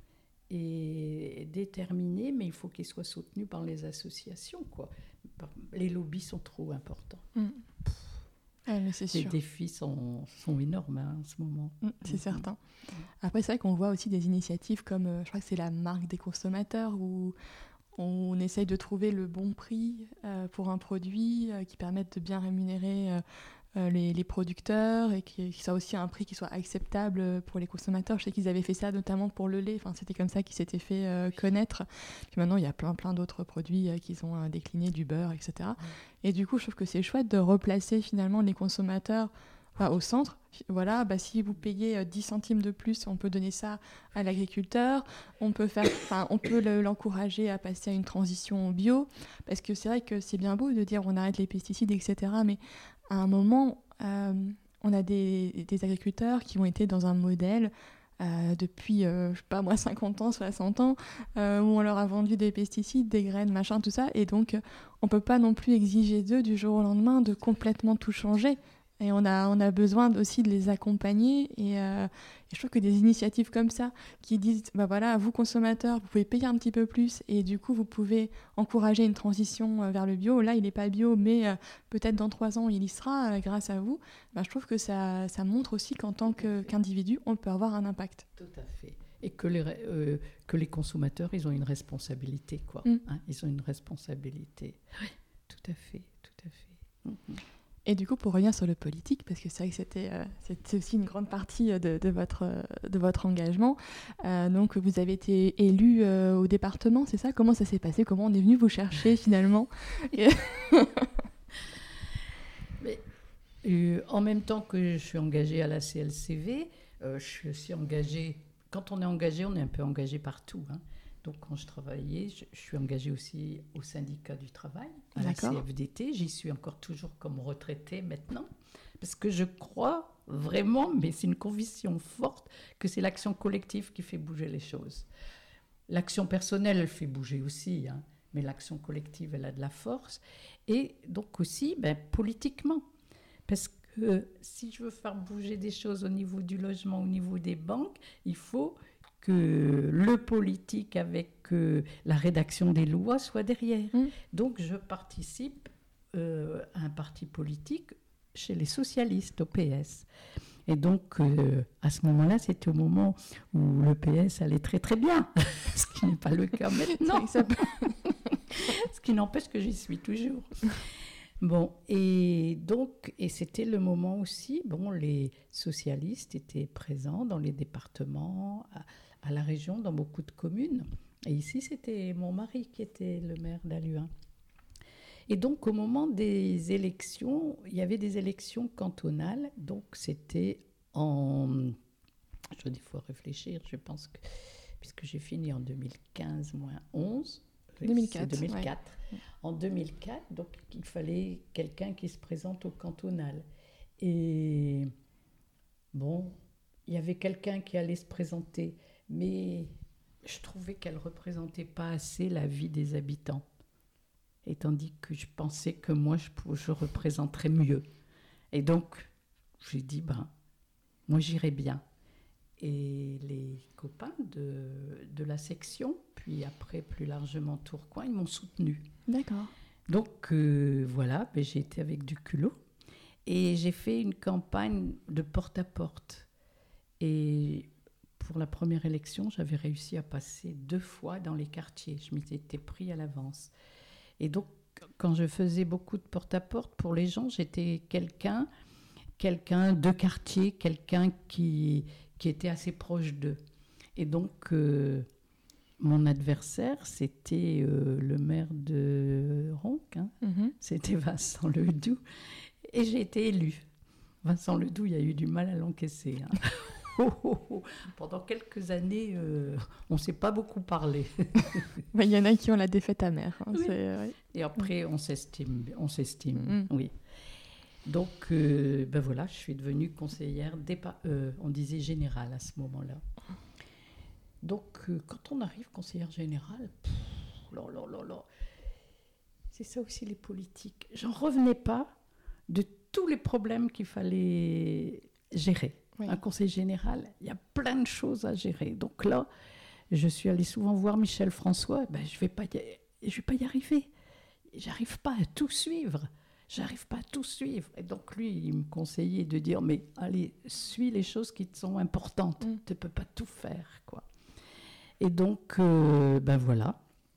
et déterminés, mais il faut qu'ils soient soutenus par les associations, quoi. Les lobbies sont trop importants. Mmh. Ah, mais c'est les sûr. défis sont, sont énormes hein, en ce moment. Mmh, c'est mmh. certain. Après, c'est vrai qu'on voit aussi des initiatives comme, euh, je crois que c'est la marque des consommateurs, où on essaye de trouver le bon prix euh, pour un produit euh, qui permette de bien rémunérer euh, euh, les, les producteurs et qui, qui soit aussi à un prix qui soit acceptable pour les consommateurs. Je sais qu'ils avaient fait ça notamment pour le lait, enfin, c'était comme ça qu'ils s'étaient fait euh, connaître. Puis maintenant, il y a plein, plein d'autres produits euh, qu'ils ont euh, déclinés, du beurre, et cetera. Mmh. Et du coup, je trouve que c'est chouette de replacer finalement les consommateurs enfin, au centre. Voilà, bah, si vous payez euh, dix centimes de plus, on peut donner ça à l'agriculteur. On peut, faire, on peut le, l'encourager à passer à une transition bio. Parce que c'est vrai que c'est bien beau de dire on arrête les pesticides, et cetera. Mais à un moment, euh, on a des, des agriculteurs qui ont été dans un modèle euh, depuis, euh, je sais pas moi, cinquante ans, soixante ans, euh, où on leur a vendu des pesticides, des graines, machin, tout ça. Et donc, on peut pas non plus exiger d'eux du jour au lendemain de complètement tout changer. Et on a, on a besoin aussi de les accompagner. Et, euh, et je trouve que des initiatives comme ça, qui disent, bah voilà, vous consommateurs, vous pouvez payer un petit peu plus et du coup, vous pouvez encourager une transition vers le bio. Là, il n'est pas bio, mais euh, peut-être dans trois ans, il y sera euh, grâce à vous. Bah, je trouve que ça, ça montre aussi qu'en tant que, qu'individu, on peut avoir un impact. Tout à fait. Et que les, euh, que les consommateurs, ils ont une responsabilité, quoi. Mm. Hein, ils ont une responsabilité. Oui, tout à fait, tout à fait. Mm-hmm. Et du coup, pour revenir sur le politique, parce que c'est vrai que c'était, euh, c'était aussi une grande partie de, de, votre, de votre engagement, euh, donc vous avez été élu euh, au département, c'est ça ? Comment ça s'est passé ? Comment on est venu vous chercher finalement ? Mais, euh, en même temps que je suis engagée à la C L C V, euh, je suis aussi engagée, quand on est engagé, on est un peu engagé partout, hein. Donc, quand je travaillais, je, je suis engagée aussi au syndicat du travail, à D'accord. la C F D T. J'y suis encore toujours comme retraitée maintenant. Parce que je crois vraiment, mais c'est une conviction forte, que c'est l'action collective qui fait bouger les choses. L'action personnelle, elle fait bouger aussi, hein, mais l'action collective, elle a de la force. Et donc aussi, ben, politiquement. Parce que euh, si je veux faire bouger des choses au niveau du logement, au niveau des banques, il faut que le politique avec euh, la rédaction des lois soit derrière. Mmh. Donc je participe euh, à un parti politique chez les socialistes, au P S. Et donc euh, à ce moment-là, c'était au moment où le P S allait très très bien, ce qui n'est pas le cas maintenant. Ça peut... ce qui n'empêche que j'y suis toujours. Bon, et donc, et c'était le moment aussi, bon, les socialistes étaient présents dans les départements, à, à la région, dans beaucoup de communes. Et ici, c'était mon mari qui était le maire d'Halluin. Et donc, au moment des élections, il y avait des élections cantonales, donc c'était en... Je dis, il faut réfléchir, je pense que... Puisque j'ai fini en deux mille quinze moins onze... deux mille quatre. deux mille quatre. Ouais. En deux mille quatre, donc il fallait quelqu'un qui se présente au cantonal. Et bon, il y avait quelqu'un qui allait se présenter, mais je trouvais qu'elle ne représentait pas assez la vie des habitants. Et tandis que je pensais que moi, je, je représenterais mieux. Et donc, j'ai dit, ben, moi j'irais bien. Et les copains de, de la section, puis après plus largement Tourcoing, ils m'ont soutenue. D'accord. Donc euh, voilà, ben, j'ai été avec du culot et j'ai fait une campagne de porte-à-porte. Et pour la première élection, j'avais réussi à passer deux fois dans les quartiers. Je m'étais pris à l'avance. Et donc, quand je faisais beaucoup de porte-à-porte, pour les gens, j'étais quelqu'un, quelqu'un de quartier, quelqu'un qui... qui était assez proche d'eux. Et donc, euh, mon adversaire, c'était euh, le maire de Ronc, hein. Mm-hmm. C'était Vincent Ledoux, et j'ai été élue. Vincent Ledoux, il a eu du mal à l'encaisser. Hein. oh, oh, oh. Pendant quelques années, euh, on ne s'est pas beaucoup parlé. Il y en a qui ont la défaite amère. Hein, oui. c'est, ouais. Et après, on s'estime, on s'estime, mm. oui. Donc, euh, ben voilà, je suis devenue conseillère, dépa- euh, on disait générale à ce moment-là. Donc, euh, quand on arrive conseillère générale, pff, là, là, là, là, c'est ça aussi les politiques. J'en revenais pas de tous les problèmes qu'il fallait gérer. Oui. Un conseil général, il y a plein de choses à gérer. Donc là, je suis allée souvent voir Michel François, ben, je ne vais pas y, je vais pas y arriver. J'arrive pas à tout suivre. J'arrive pas à tout suivre. Et donc, lui, il me conseillait de dire, mais allez, suis les choses qui te sont importantes. Mm. Tu ne peux pas tout faire, quoi. Et donc, euh, ben voilà.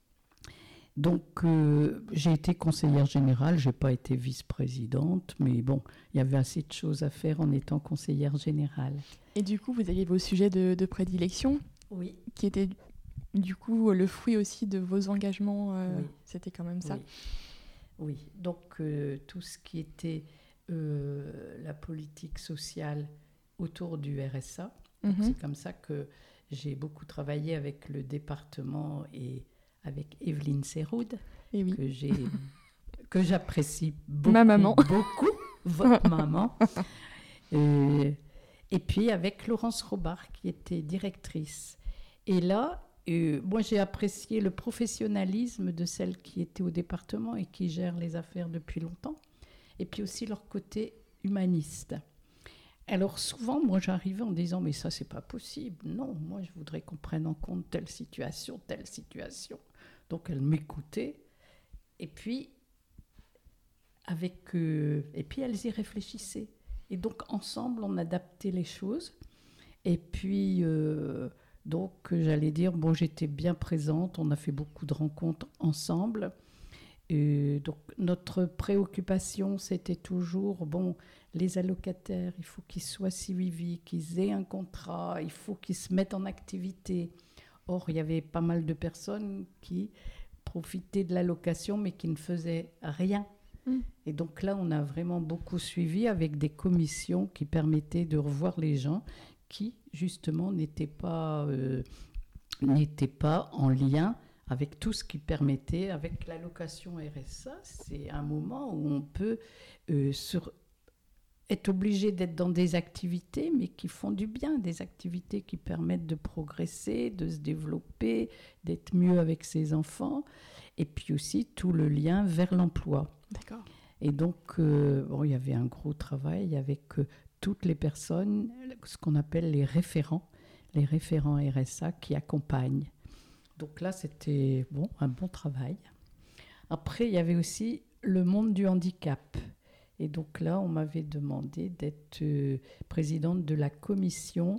Donc, euh, j'ai été conseillère générale. Je n'ai pas été vice-présidente. Mais bon, il y avait assez de choses à faire en étant conseillère générale. Et du coup, vous aviez vos sujets de, de prédilection ? Oui. Qui étaient, du coup, le fruit aussi de vos engagements. Euh, oui. C'était quand même ça. Oui. Oui, donc euh, tout ce qui était euh, la politique sociale autour du R S A. Mhm. C'est comme ça que j'ai beaucoup travaillé avec le département et avec Evelyne Serroud, Et oui. que, j'ai, que j'apprécie beaucoup. Ma maman. Beaucoup, votre maman. Euh, et puis avec Laurence Robart, qui était directrice. Et là, euh, moi j'ai apprécié le professionnalisme de celles qui étaient au département et qui gèrent les affaires depuis longtemps. Et puis aussi leur côté humaniste. Alors souvent, moi j'arrivais en disant « mais ça c'est pas possible, non, moi je voudrais qu'on prenne en compte telle situation, telle situation ». Donc elle m'écoutait et puis, avec, euh, et puis elles y réfléchissaient. Et donc ensemble on adaptait les choses et puis euh, donc j'allais dire, bon j'étais bien présente, on a fait beaucoup de rencontres ensemble. Et donc notre préoccupation c'était toujours bon, les allocataires il faut qu'ils soient suivis, qu'ils aient un contrat, il faut qu'ils se mettent en activité. Or il y avait pas mal de personnes qui profitaient de l'allocation mais qui ne faisaient rien. Mmh. Et donc là on a vraiment beaucoup suivi avec des commissions qui permettaient de revoir les gens qui justement n'étaient pas, euh, n'étaient pas en lien avec tout ce qui permettait, avec l'allocation R S A, c'est un moment où on peut euh, sur, être obligé d'être dans des activités, mais qui font du bien, des activités qui permettent de progresser, de se développer, d'être mieux avec ses enfants, et puis aussi tout le lien vers l'emploi. D'accord. Et donc, euh, bon, il y avait un gros travail avec euh, toutes les personnes, ce qu'on appelle les référents, les référents R S A qui accompagnent. Donc là, c'était bon, un bon travail. Après, il y avait aussi le monde du handicap. Et donc là, on m'avait demandé d'être euh, présidente de la commission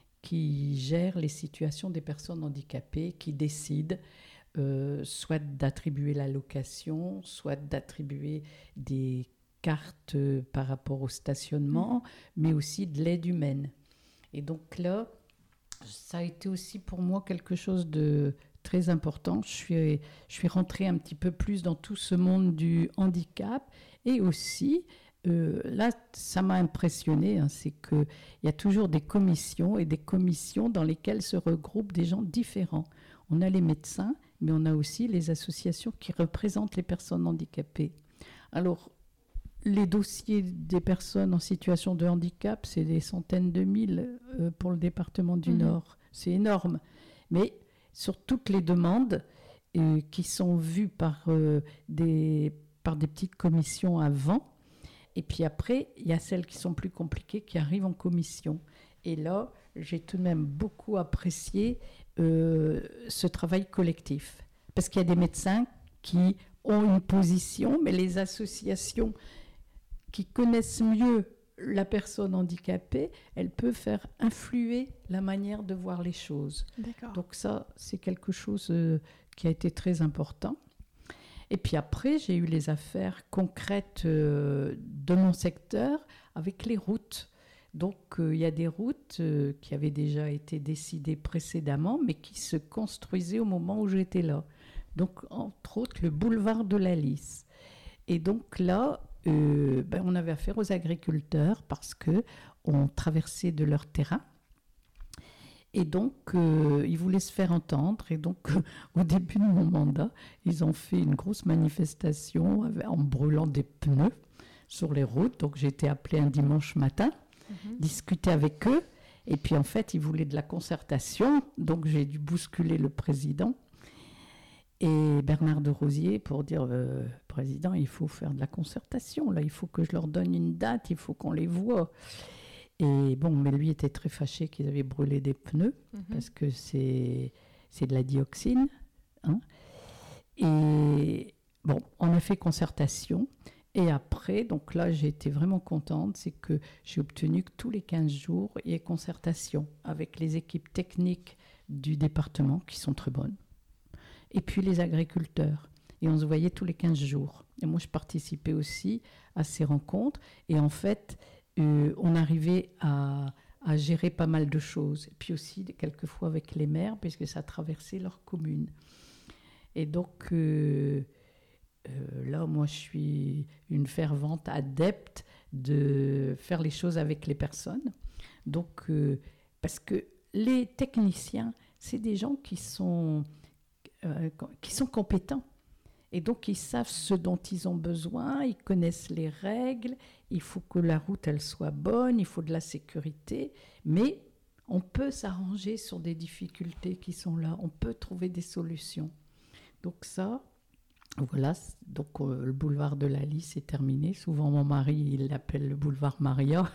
qui gère les situations des personnes handicapées, qui décide euh, soit d'attribuer l'allocation, soit d'attribuer des cartes euh, par rapport au stationnement, mmh. mais aussi de l'aide humaine. Et donc là, ça a été aussi pour moi quelque chose de très important. Je suis, je suis rentrée un petit peu plus dans tout ce monde du handicap. Et aussi, euh, là, ça m'a impressionnée, hein, c'est qu'il y a toujours des commissions et des commissions dans lesquelles se regroupent des gens différents. On a les médecins, mais on a aussi les associations qui représentent les personnes handicapées. Alors, les dossiers des personnes en situation de handicap, c'est des centaines de mille euh, pour le département du mmh. Nord. C'est énorme. Mais sur toutes les demandes euh, qui sont vues par, euh, des, par des petites commissions avant, et puis après, il y a celles qui sont plus compliquées qui arrivent en commission. Et là, j'ai tout de même beaucoup apprécié euh, ce travail collectif. Parce qu'il y a des médecins qui ont une position, mais les associations qui connaissent mieux la personne handicapée, elles peuvent faire influer la manière de voir les choses. D'accord. Donc ça, c'est quelque chose euh, qui a été très important. Et puis après, j'ai eu les affaires concrètes euh, de mon secteur avec les routes. Donc euh, il y a des routes euh, qui avaient déjà été décidées précédemment, mais qui se construisaient au moment où j'étais là. Donc entre autres, le boulevard de la Lys. Et donc là, Euh, ben, on avait affaire aux agriculteurs parce qu'on traversait de leur terrain et donc euh, ils voulaient se faire entendre et donc euh, au début de mon mandat ils ont fait une grosse manifestation avec, en brûlant des pneus sur les routes. Donc j'ai été appelée un dimanche matin, mmh. discuter avec eux et puis en fait ils voulaient de la concertation, donc j'ai dû bousculer le président et Bernard de Rosier pour dire euh, président, il faut faire de la concertation, là, il faut que je leur donne une date, il faut qu'on les voie. Et bon, mais lui était très fâché qu'ils avaient brûlé des pneus, mmh. parce que c'est, c'est de la dioxine. Hein. Et bon, on a fait concertation. Et après, donc là, j'ai été vraiment contente, c'est que j'ai obtenu que tous les quinze jours, il y ait concertation avec les équipes techniques du département, qui sont très bonnes, et puis les agriculteurs. Et on se voyait tous les quinze jours. Et moi, je participais aussi à ces rencontres. Et en fait, euh, on arrivait à, à gérer pas mal de choses. Et puis aussi, quelquefois, avec les maires, puisque ça traversait leur commune. Et donc, euh, euh, là, moi, je suis une fervente adepte de faire les choses avec les personnes. Donc, euh, parce que les techniciens, c'est des gens qui sont, euh, qui sont compétents. Et donc, ils savent ce dont ils ont besoin, ils connaissent les règles, il faut que la route, elle soit bonne, il faut de la sécurité, mais on peut s'arranger sur des difficultés qui sont là, on peut trouver des solutions. Donc ça, voilà, donc euh, le boulevard de la Lys est terminé. Souvent, mon mari, il l'appelle le boulevard Maria.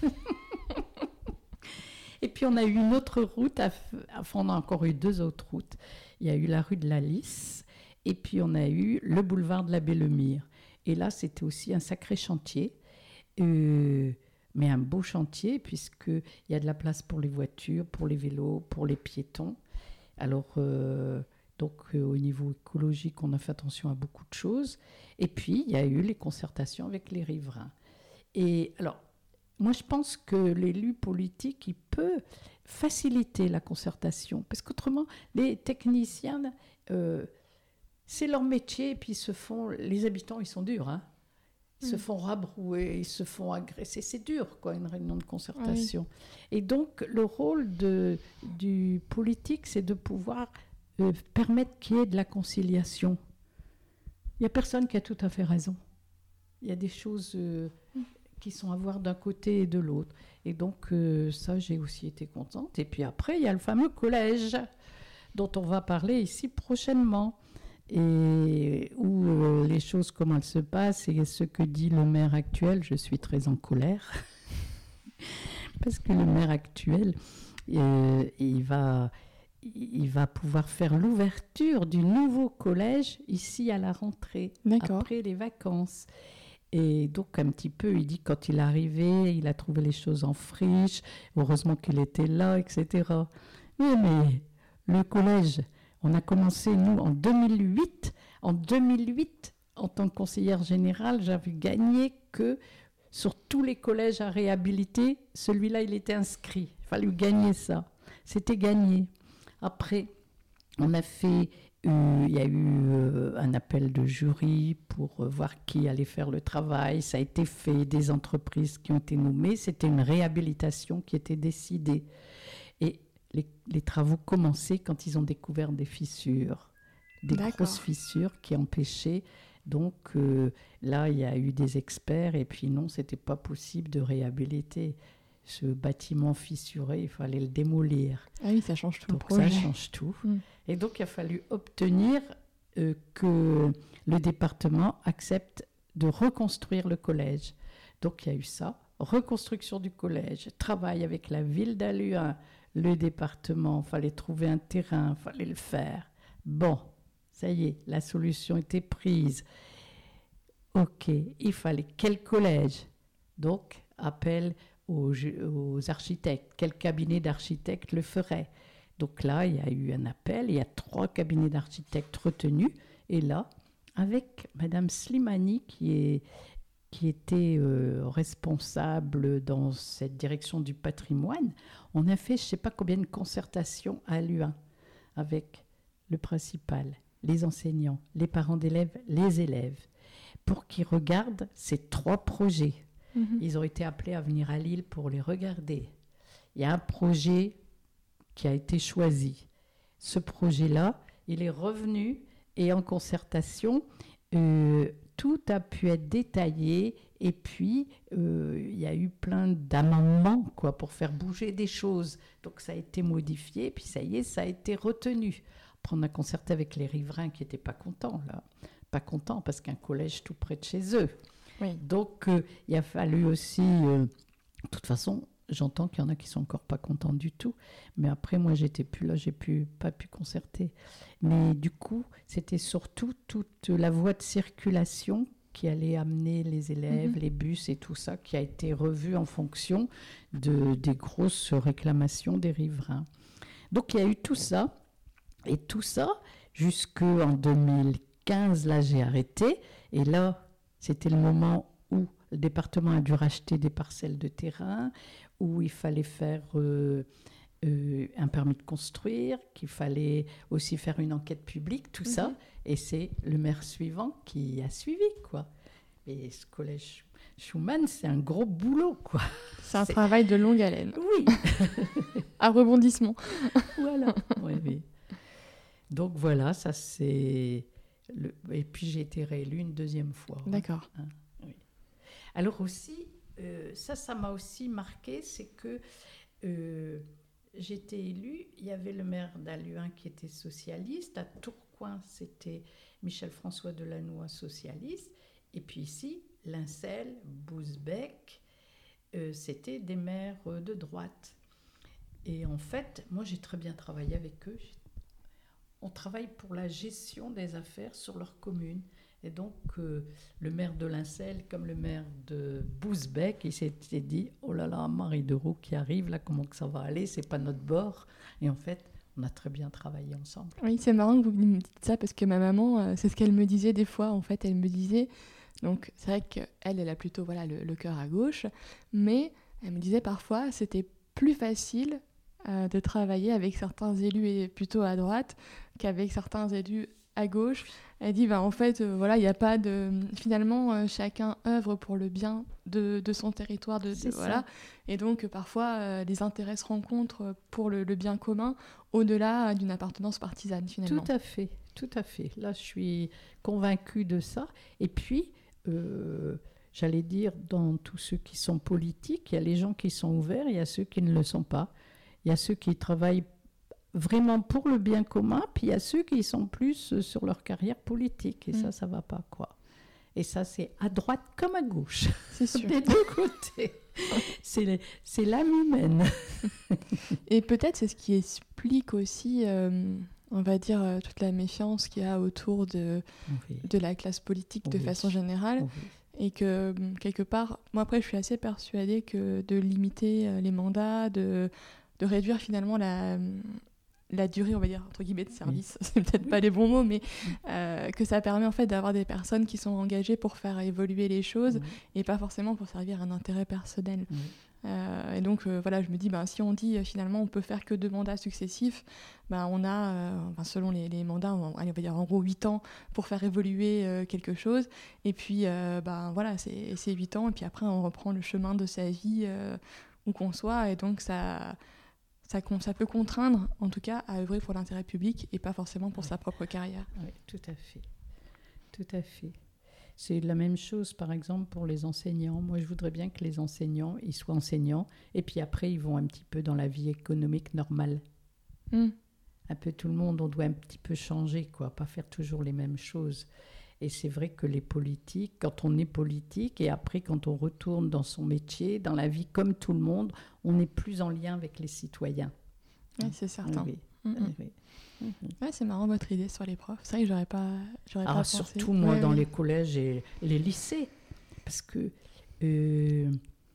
Et puis, on a eu une autre route, enfin, on a encore eu deux autres routes. Il y a eu la rue de la Lys, et puis on a eu le boulevard de la Bellemire. Et là, c'était aussi un sacré chantier. Euh, mais un beau chantier, puisqu'il y a de la place pour les voitures, pour les vélos, pour les piétons. Alors, euh, donc, euh, au niveau écologique, on a fait attention à beaucoup de choses. Et puis, il y a eu les concertations avec les riverains. Et alors, moi, je pense que l'élu politique, il peut faciliter la concertation. Parce qu'autrement, les techniciens, euh, c'est leur métier, et puis ils se font... Les habitants, ils sont durs, hein. Ils mmh. se font rabrouer, ils se font agresser. C'est dur, quoi, une réunion de concertation. Oui. Et donc, le rôle de, du politique, c'est de pouvoir euh, permettre qu'il y ait de la conciliation. Il n'y a personne qui a tout à fait raison. Il y a des choses euh, mmh. qui sont à voir d'un côté et de l'autre. Et donc, euh, ça, j'ai aussi été contente. Et puis après, il y a le fameux collège dont on va parler ici prochainement. Et où euh, les choses, comment elles se passent, et ce que dit le maire actuel, je suis très en colère. Parce que le maire actuel, euh, il, va, il va pouvoir faire l'ouverture du nouveau collège ici à la rentrée, D'accord. après les vacances. Et donc, un petit peu, il dit, quand il est arrivé, il a trouvé les choses en friche, heureusement qu'il était là, et cetera. Oui, mais le collège... On a commencé, nous, en deux mille huit. En deux mille huit, en tant que conseillère générale, j'avais gagné que sur tous les collèges à réhabiliter, celui-là, il était inscrit. Il fallait gagner ça. C'était gagné. Après, on a fait... Euh, il y a eu euh, un appel de jury pour euh, voir qui allait faire le travail. Ça a été fait, des entreprises qui ont été nommées. C'était une réhabilitation qui était décidée. Et Les, les travaux commençaient quand ils ont découvert des fissures, des D'accord. grosses fissures qui empêchaient. Donc euh, là, il y a eu des experts et puis non, ce n'était pas possible de réhabiliter ce bâtiment fissuré, il fallait le démolir. Ah oui, ça change tout donc, le projet. Ça change tout. Mm. Et donc, il a fallu obtenir euh, que le département accepte de reconstruire le collège. Donc, il y a eu ça, reconstruction du collège, travail avec la ville d'Halluin, le département, il fallait trouver un terrain, il fallait le faire. Bon, ça y est, la solution était prise. Ok, il fallait quel collège? Donc, appel aux, aux architectes. Quel cabinet d'architectes le ferait? Donc là, il y a eu un appel, il y a trois cabinets d'architectes retenus. Et là, avec Madame Slimani, qui est... qui était euh, responsable dans cette direction du patrimoine, on a fait je ne sais pas combien de concertations à l'U un avec le principal, les enseignants, les parents d'élèves, les élèves, pour qu'ils regardent ces trois projets. Mmh. Ils ont été appelés à venir à Lille pour les regarder. Il y a un projet qui a été choisi. Ce projet-là, il est revenu et en concertation... Euh, tout a pu être détaillé et puis euh, il y a eu plein d'amendements quoi, pour faire bouger des choses. Donc ça a été modifié, puis ça y est, ça a été retenu. Après, on a concerté avec les riverains qui n'étaient pas contents, là. Pas contents parce qu'un collège tout près de chez eux. Oui. Donc euh, il a fallu aussi... Euh, de toute façon, j'entends qu'il y en a qui sont encore pas contents du tout. Mais après, moi, j'étais plus là, j'ai pu, pas pu concerter. Mais du coup, c'était surtout toute la voie de circulation qui allait amener les élèves, mmh. les bus et tout ça, qui a été revue en fonction de, des grosses réclamations des riverains. Donc, il y a eu tout ça. Et tout ça, jusqu'en deux mille quinze, là, j'ai arrêté. Et là, c'était le moment où le département a dû racheter des parcelles de terrain, où il fallait faire euh, euh, un permis de construire, qu'il fallait aussi faire une enquête publique, tout mmh. ça. Et c'est le maire suivant qui a suivi, quoi. Et ce collège, Schumann, c'est un gros boulot, quoi. C'est un C'est- travail de longue haleine. Oui, À rebondissement. voilà. Oui, oui. Donc voilà, ça c'est... Le... Et puis j'ai été réélue une deuxième fois. hein. D'accord. Oui. Alors aussi, euh, ça, ça m'a aussi marqué, c'est que euh, j'étais élue, il y avait le maire d'Halluin qui était socialiste, à Tourcoing, c'était Michel-François Delannoy, socialiste, et puis ici, Lincel, Bousbecq, euh, c'était des maires euh, de droite. Et en fait, moi j'ai très bien travaillé avec eux. J'ai- On travaille pour la gestion des affaires sur leur commune. Et donc, euh, le maire de Lincel, comme le maire de Bousbecq, il s'était dit « Oh là là, Marie de Roux qui arrive, là, comment que ça va aller? C'est pas notre bord. » Et en fait, on a très bien travaillé ensemble. Oui, c'est marrant que vous me dites ça parce que ma maman, euh, c'est ce qu'elle me disait des fois. En fait, elle me disait, donc c'est vrai qu'elle, elle a plutôt voilà, le, le cœur à gauche, mais elle me disait parfois c'était plus facile euh, de travailler avec certains élus et plutôt à droite qu'avec certains élus à gauche. Elle dit, bah, en fait, euh, voilà, il n'y a pas de... Finalement, euh, chacun œuvre pour le bien de, de son territoire, de, de- C'est ça. voilà. Et donc, euh, parfois, euh, les intérêts se rencontrent pour le, le bien commun, au-delà d'une appartenance partisane, finalement. Tout à fait, tout à fait. Là, je suis convaincue de ça. Et puis, euh, j'allais dire, dans tous ceux qui sont politiques, il y a les gens qui sont ouverts, il y a ceux qui ne le sont pas. Il y a ceux qui travaillent vraiment pour le bien commun, puis il y a ceux qui sont plus sur leur carrière politique. Et Mm. ça, ça ne va pas, quoi. Et ça, c'est à droite comme à gauche, C'est sûr. des deux côtés. C'est les- c'est l'âme humaine. Et peut-être c'est ce qui explique aussi, euh, on va dire, euh, toute la méfiance qu'il y a autour de, Oui, de la classe politique de Oui. façon générale. oui. Et que, hum, quelque part, moi après, je suis assez persuadée que de limiter euh, les mandats, de, de réduire finalement la, hum, la durée, on va dire, entre guillemets, de service, c'est peut-être Oui. pas les bons mots, mais euh, que ça permet en fait d'avoir des personnes qui sont engagées pour faire évoluer les choses Oui, et pas forcément pour servir un intérêt personnel. oui. Euh, et donc euh, voilà, je me dis, ben, si on dit euh, finalement on peut faire que deux mandats successifs, ben, on a, euh, enfin, selon les, les mandats, on, allez, on va dire en gros huit ans pour faire évoluer euh, quelque chose. Et puis euh, ben, voilà, c'est, c'est huit ans, et puis après on reprend le chemin de sa vie euh, où qu'on soit. Et donc ça, ça, con- ça peut contraindre en tout cas à œuvrer pour l'intérêt public et pas forcément pour Ouais. sa propre carrière. Oui, tout à fait. Tout à fait. C'est la même chose, par exemple, pour les enseignants. Moi, je voudrais bien que les enseignants, ils soient enseignants, et puis après, ils vont un petit peu dans la vie économique normale. Mm. Un peu tout le monde, on doit un petit peu changer, quoi, pas faire toujours les mêmes choses. Et c'est vrai que les politiques, quand on est politique, et après, quand on retourne dans son métier, dans la vie comme tout le monde, on est plus en lien avec les citoyens. Ouais, c'est certain. Oui, Mm, oui, mm. oui. Mhm. Ouais, c'est marrant votre idée sur les profs. C'est vrai que j'aurais pas, j'aurais Ah, pas pensé. surtout moi Ouais, dans oui. les collèges et les lycées, parce que euh,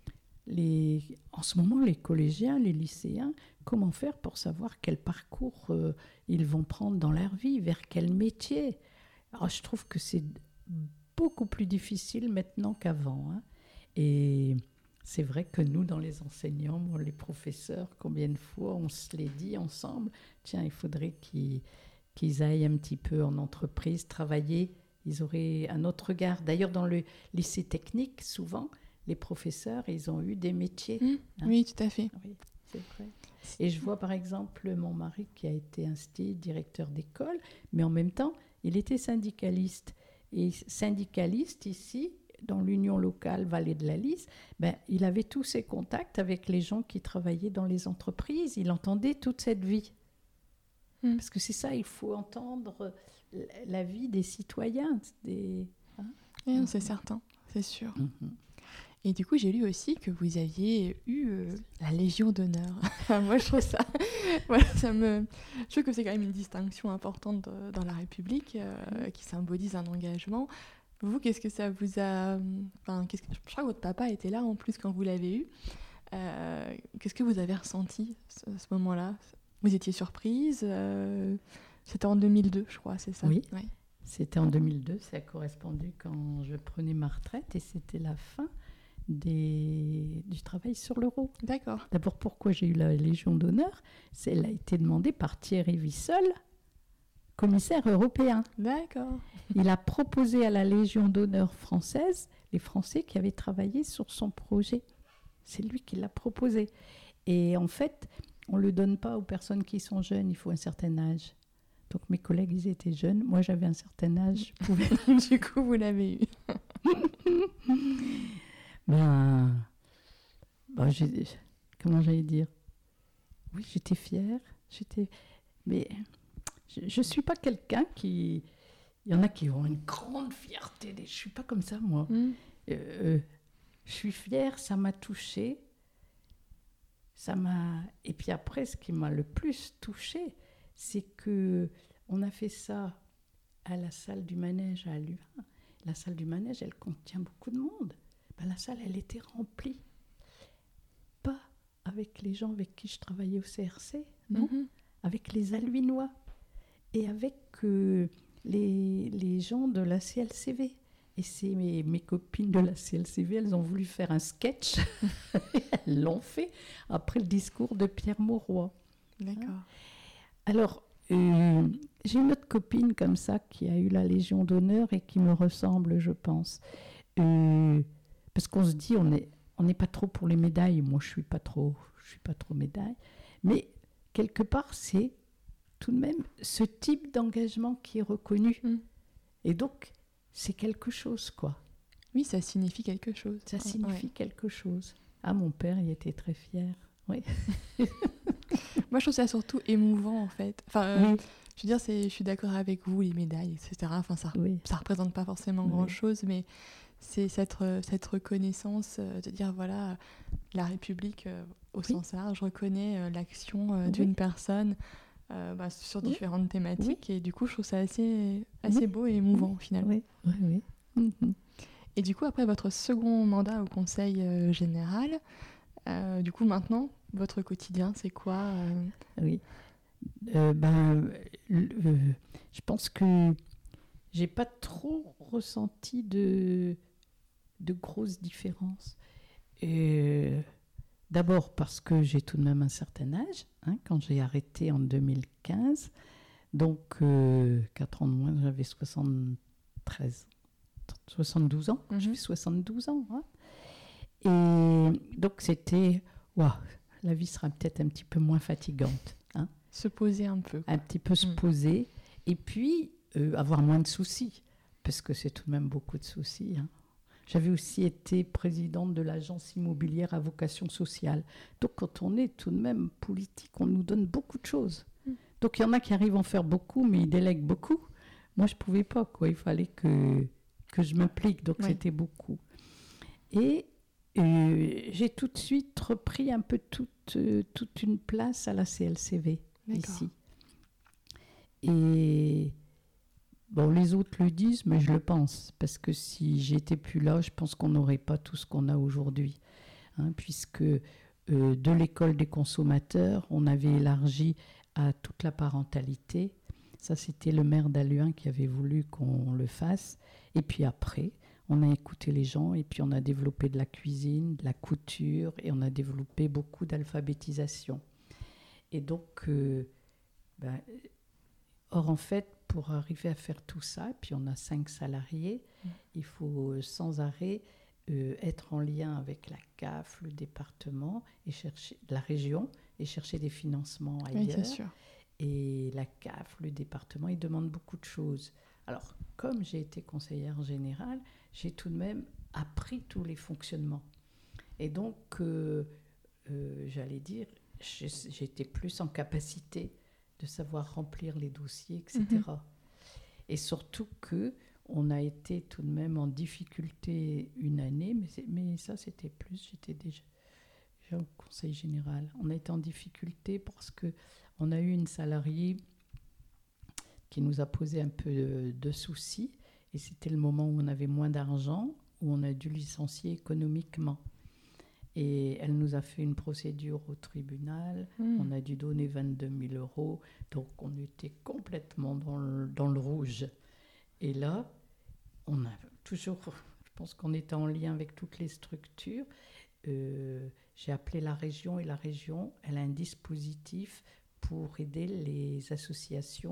les, en ce moment les collégiens, les lycéens, comment faire pour savoir quel parcours euh, ils vont prendre dans leur vie, vers quel métier? Alors je trouve que c'est beaucoup plus difficile maintenant qu'avant, hein. Et c'est vrai que nous, dans les enseignants, moi, les professeurs, combien de fois on se l'est dit ensemble, tiens, il faudrait qu'ils qu'ils aillent un petit peu en entreprise, travailler, ils auraient un autre regard. D'ailleurs, dans le lycée technique, souvent, les professeurs, ils ont eu des métiers. Mm. Hein. Oui, tout à fait. Oui, c'est vrai. Et je vois par exemple mon mari qui a été instite, directeur d'école, mais en même temps, il était syndicaliste. Et syndicaliste ici, dans l'union locale Vallée de la Lys, ben, il avait tous ses contacts avec les gens qui travaillaient dans les entreprises. Il entendait toute cette vie. Mm. Parce que c'est ça, il faut entendre la vie des citoyens. Des... Hein. Oui, non, c'est certain, c'est sûr. Mm-hmm. Et du coup, j'ai lu aussi que vous aviez eu euh, la Légion d'honneur. Moi, je trouve ça, voilà, ça me, je trouve que c'est quand même une distinction importante de- dans la République euh, qui symbolise un engagement. Vous, qu'est-ce que ça vous a, enfin, qu'est-ce que... je crois que votre papa était là en plus quand vous l'avez eu. Euh, qu'est-ce que vous avez ressenti à ce moment-là? Vous étiez surprise euh, C'était en deux mille deux, je crois, c'est ça? Oui. Ouais. C'était en deux mille deux, ça a correspondu quand je prenais ma retraite et c'était la fin des... du travail sur l'euro. D'accord. D'abord, pourquoi j'ai eu la Légion d'honneur? C'est, elle a été demandée par Thierry Wissel commissaire européen. D'accord. Il a proposé à la Légion d'honneur française les Français qui avaient travaillé sur son projet. C'est lui qui l'a proposé. Et en fait, on ne le donne pas aux personnes qui sont jeunes, il faut un certain âge. Donc mes collègues, ils étaient jeunes. Moi, j'avais un certain âge. Je pouvais... Du coup, vous l'avez eu. ben, ben j'ai... comment j'allais dire? Oui, j'étais fière. J'étais... Mais je ne suis pas quelqu'un qui... Il y en a qui ont une grande fierté. Je ne suis pas comme ça, moi. Mm. Euh, je suis fière, ça m'a touchée. Ça m'a... Et puis après, ce qui m'a le plus touchée, c'est qu'on a fait ça à la salle du manège à Luin. La salle du manège, elle contient beaucoup de monde. Ben, la salle, elle était remplie. Pas avec les gens avec qui je travaillais au C R C, non, mm-hmm. avec les Aluinois et avec euh, les, les gens de la C L C V. Et c'est mes, mes copines de la C L C V, elles ont voulu faire un sketch. Elles l'ont fait après le discours de Pierre Mauroy. D'accord. Hein? Alors, euh, j'ai une autre copine comme ça qui a eu la Légion d'honneur et qui me ressemble, je pense. Euh, parce qu'on se dit, on n'est on n'est pas trop pour les médailles. Moi, je ne suis pas trop, je suis pas trop médaille. Mais quelque part, c'est tout de même ce type d'engagement qui est reconnu. Mm. Et donc, c'est quelque chose, quoi. Oui, ça signifie quelque chose. Ça signifie ouais. quelque chose. Ah, mon père, il était très fier. Oui. Moi, je trouve ça surtout émouvant, en fait. Enfin, euh, oui. je veux dire, c'est, je suis d'accord avec vous, les médailles, et cetera. Enfin, ça, oui. ça représente pas forcément oui. grand-chose, mais c'est cette, cette reconnaissance euh, de dire, voilà, la République, euh, au oui. sens large, reconnaît euh, l'action euh, oui. d'une personne euh, bah, sur différentes oui. thématiques, oui. et du coup, je trouve ça assez, assez oui. beau et émouvant, oui. finalement. Oui, oui, oui. Mm-hmm. Et du coup, après votre second mandat au Conseil euh, général, euh, du coup, maintenant, votre quotidien, c'est quoi euh... Oui. Euh, ben, euh, je pense que j'ai pas trop ressenti de, de grosses différences. Euh, d'abord parce que j'ai tout de même un certain âge, hein, quand j'ai arrêté en deux mille quinze. Donc, euh, quatre ans de moins, j'avais soixante-treize, soixante-douze ans. Mm-hmm. J'avais soixante-douze ans. Hein. Et donc, c'était... Waouh, la vie sera peut-être un petit peu moins fatigante. Hein. Se poser un peu. Quoi. Un petit peu se mm. poser. Et puis, euh, avoir moins de soucis. Parce que c'est tout de même beaucoup de soucis. Hein. J'avais aussi été présidente de l'agence immobilière à vocation sociale. Donc, quand on est tout de même politique, on nous donne beaucoup de choses. Mm. Donc, il y en a qui arrivent à en faire beaucoup, mais ils délèguent beaucoup. Moi, je ne pouvais pas. Quoi. Il fallait que, que je m'implique. Donc, oui. c'était beaucoup. Et... Euh, j'ai tout de suite repris un peu toute, euh, toute une place à la C L C V, D'accord. ici. Et bon, les autres le disent, mais je le pense, parce que si j'étais plus là, je pense qu'on n'aurait pas tout ce qu'on a aujourd'hui. Hein, puisque euh, de l'école des consommateurs, on avait élargi à toute la parentalité. Ça, c'était le maire d'Halluin qui avait voulu qu'on le fasse. Et puis après... on a écouté les gens et puis on a développé de la cuisine, de la couture et on a développé beaucoup d'alphabétisation. Et donc, euh, ben, or en fait, pour arriver à faire tout ça, et puis on a cinq salariés, mmh. il faut euh, sans arrêt euh, être en lien avec la C A F, le département, et chercher, la région et chercher des financements ailleurs. Oui, c'est sûr. Et la C A F, le département, ils demandent beaucoup de choses. Alors, comme j'ai été conseillère générale, j'ai tout de même appris tous les fonctionnements. Et donc, euh, euh, j'allais dire, j'étais plus en capacité de savoir remplir les dossiers, et cetera. Mm-hmm. Et surtout qu'on a été tout de même en difficulté une année, mais, mais ça, c'était plus, j'étais déjà, déjà au conseil général. On a été en difficulté parce qu'on a eu une salariée qui nous a posé un peu de, de soucis. Et c'était le moment où on avait moins d'argent, où on a dû licencier économiquement. Et elle nous a fait une procédure au tribunal. Mmh. On a dû donner vingt-deux mille euros. Donc, on était complètement dans le, dans le rouge. Et là, on a toujours... Je pense qu'on était en lien avec toutes les structures. Euh, j'ai appelé la région et la région, elle a un dispositif pour aider les associations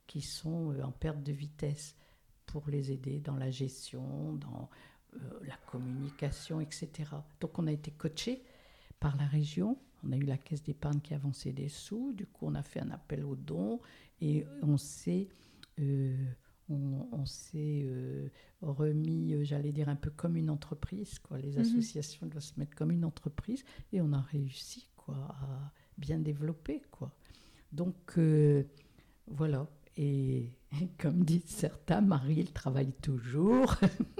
qui sont euh, en perte de vitesse pour les aider dans la gestion, dans euh, la communication, et cetera. Donc on a été coachés par la région. On a eu la caisse d'épargne qui a avancé des sous. Du coup, on a fait un appel aux dons et on s'est, euh, on, on s'est euh, remis, euh, j'allais dire, un peu comme une entreprise, quoi. Les Mhm. associations doivent se mettre comme une entreprise et on a réussi, quoi, à bien développer, quoi. Donc, euh, voilà. Et comme disent certains, Marie, elle travaille toujours.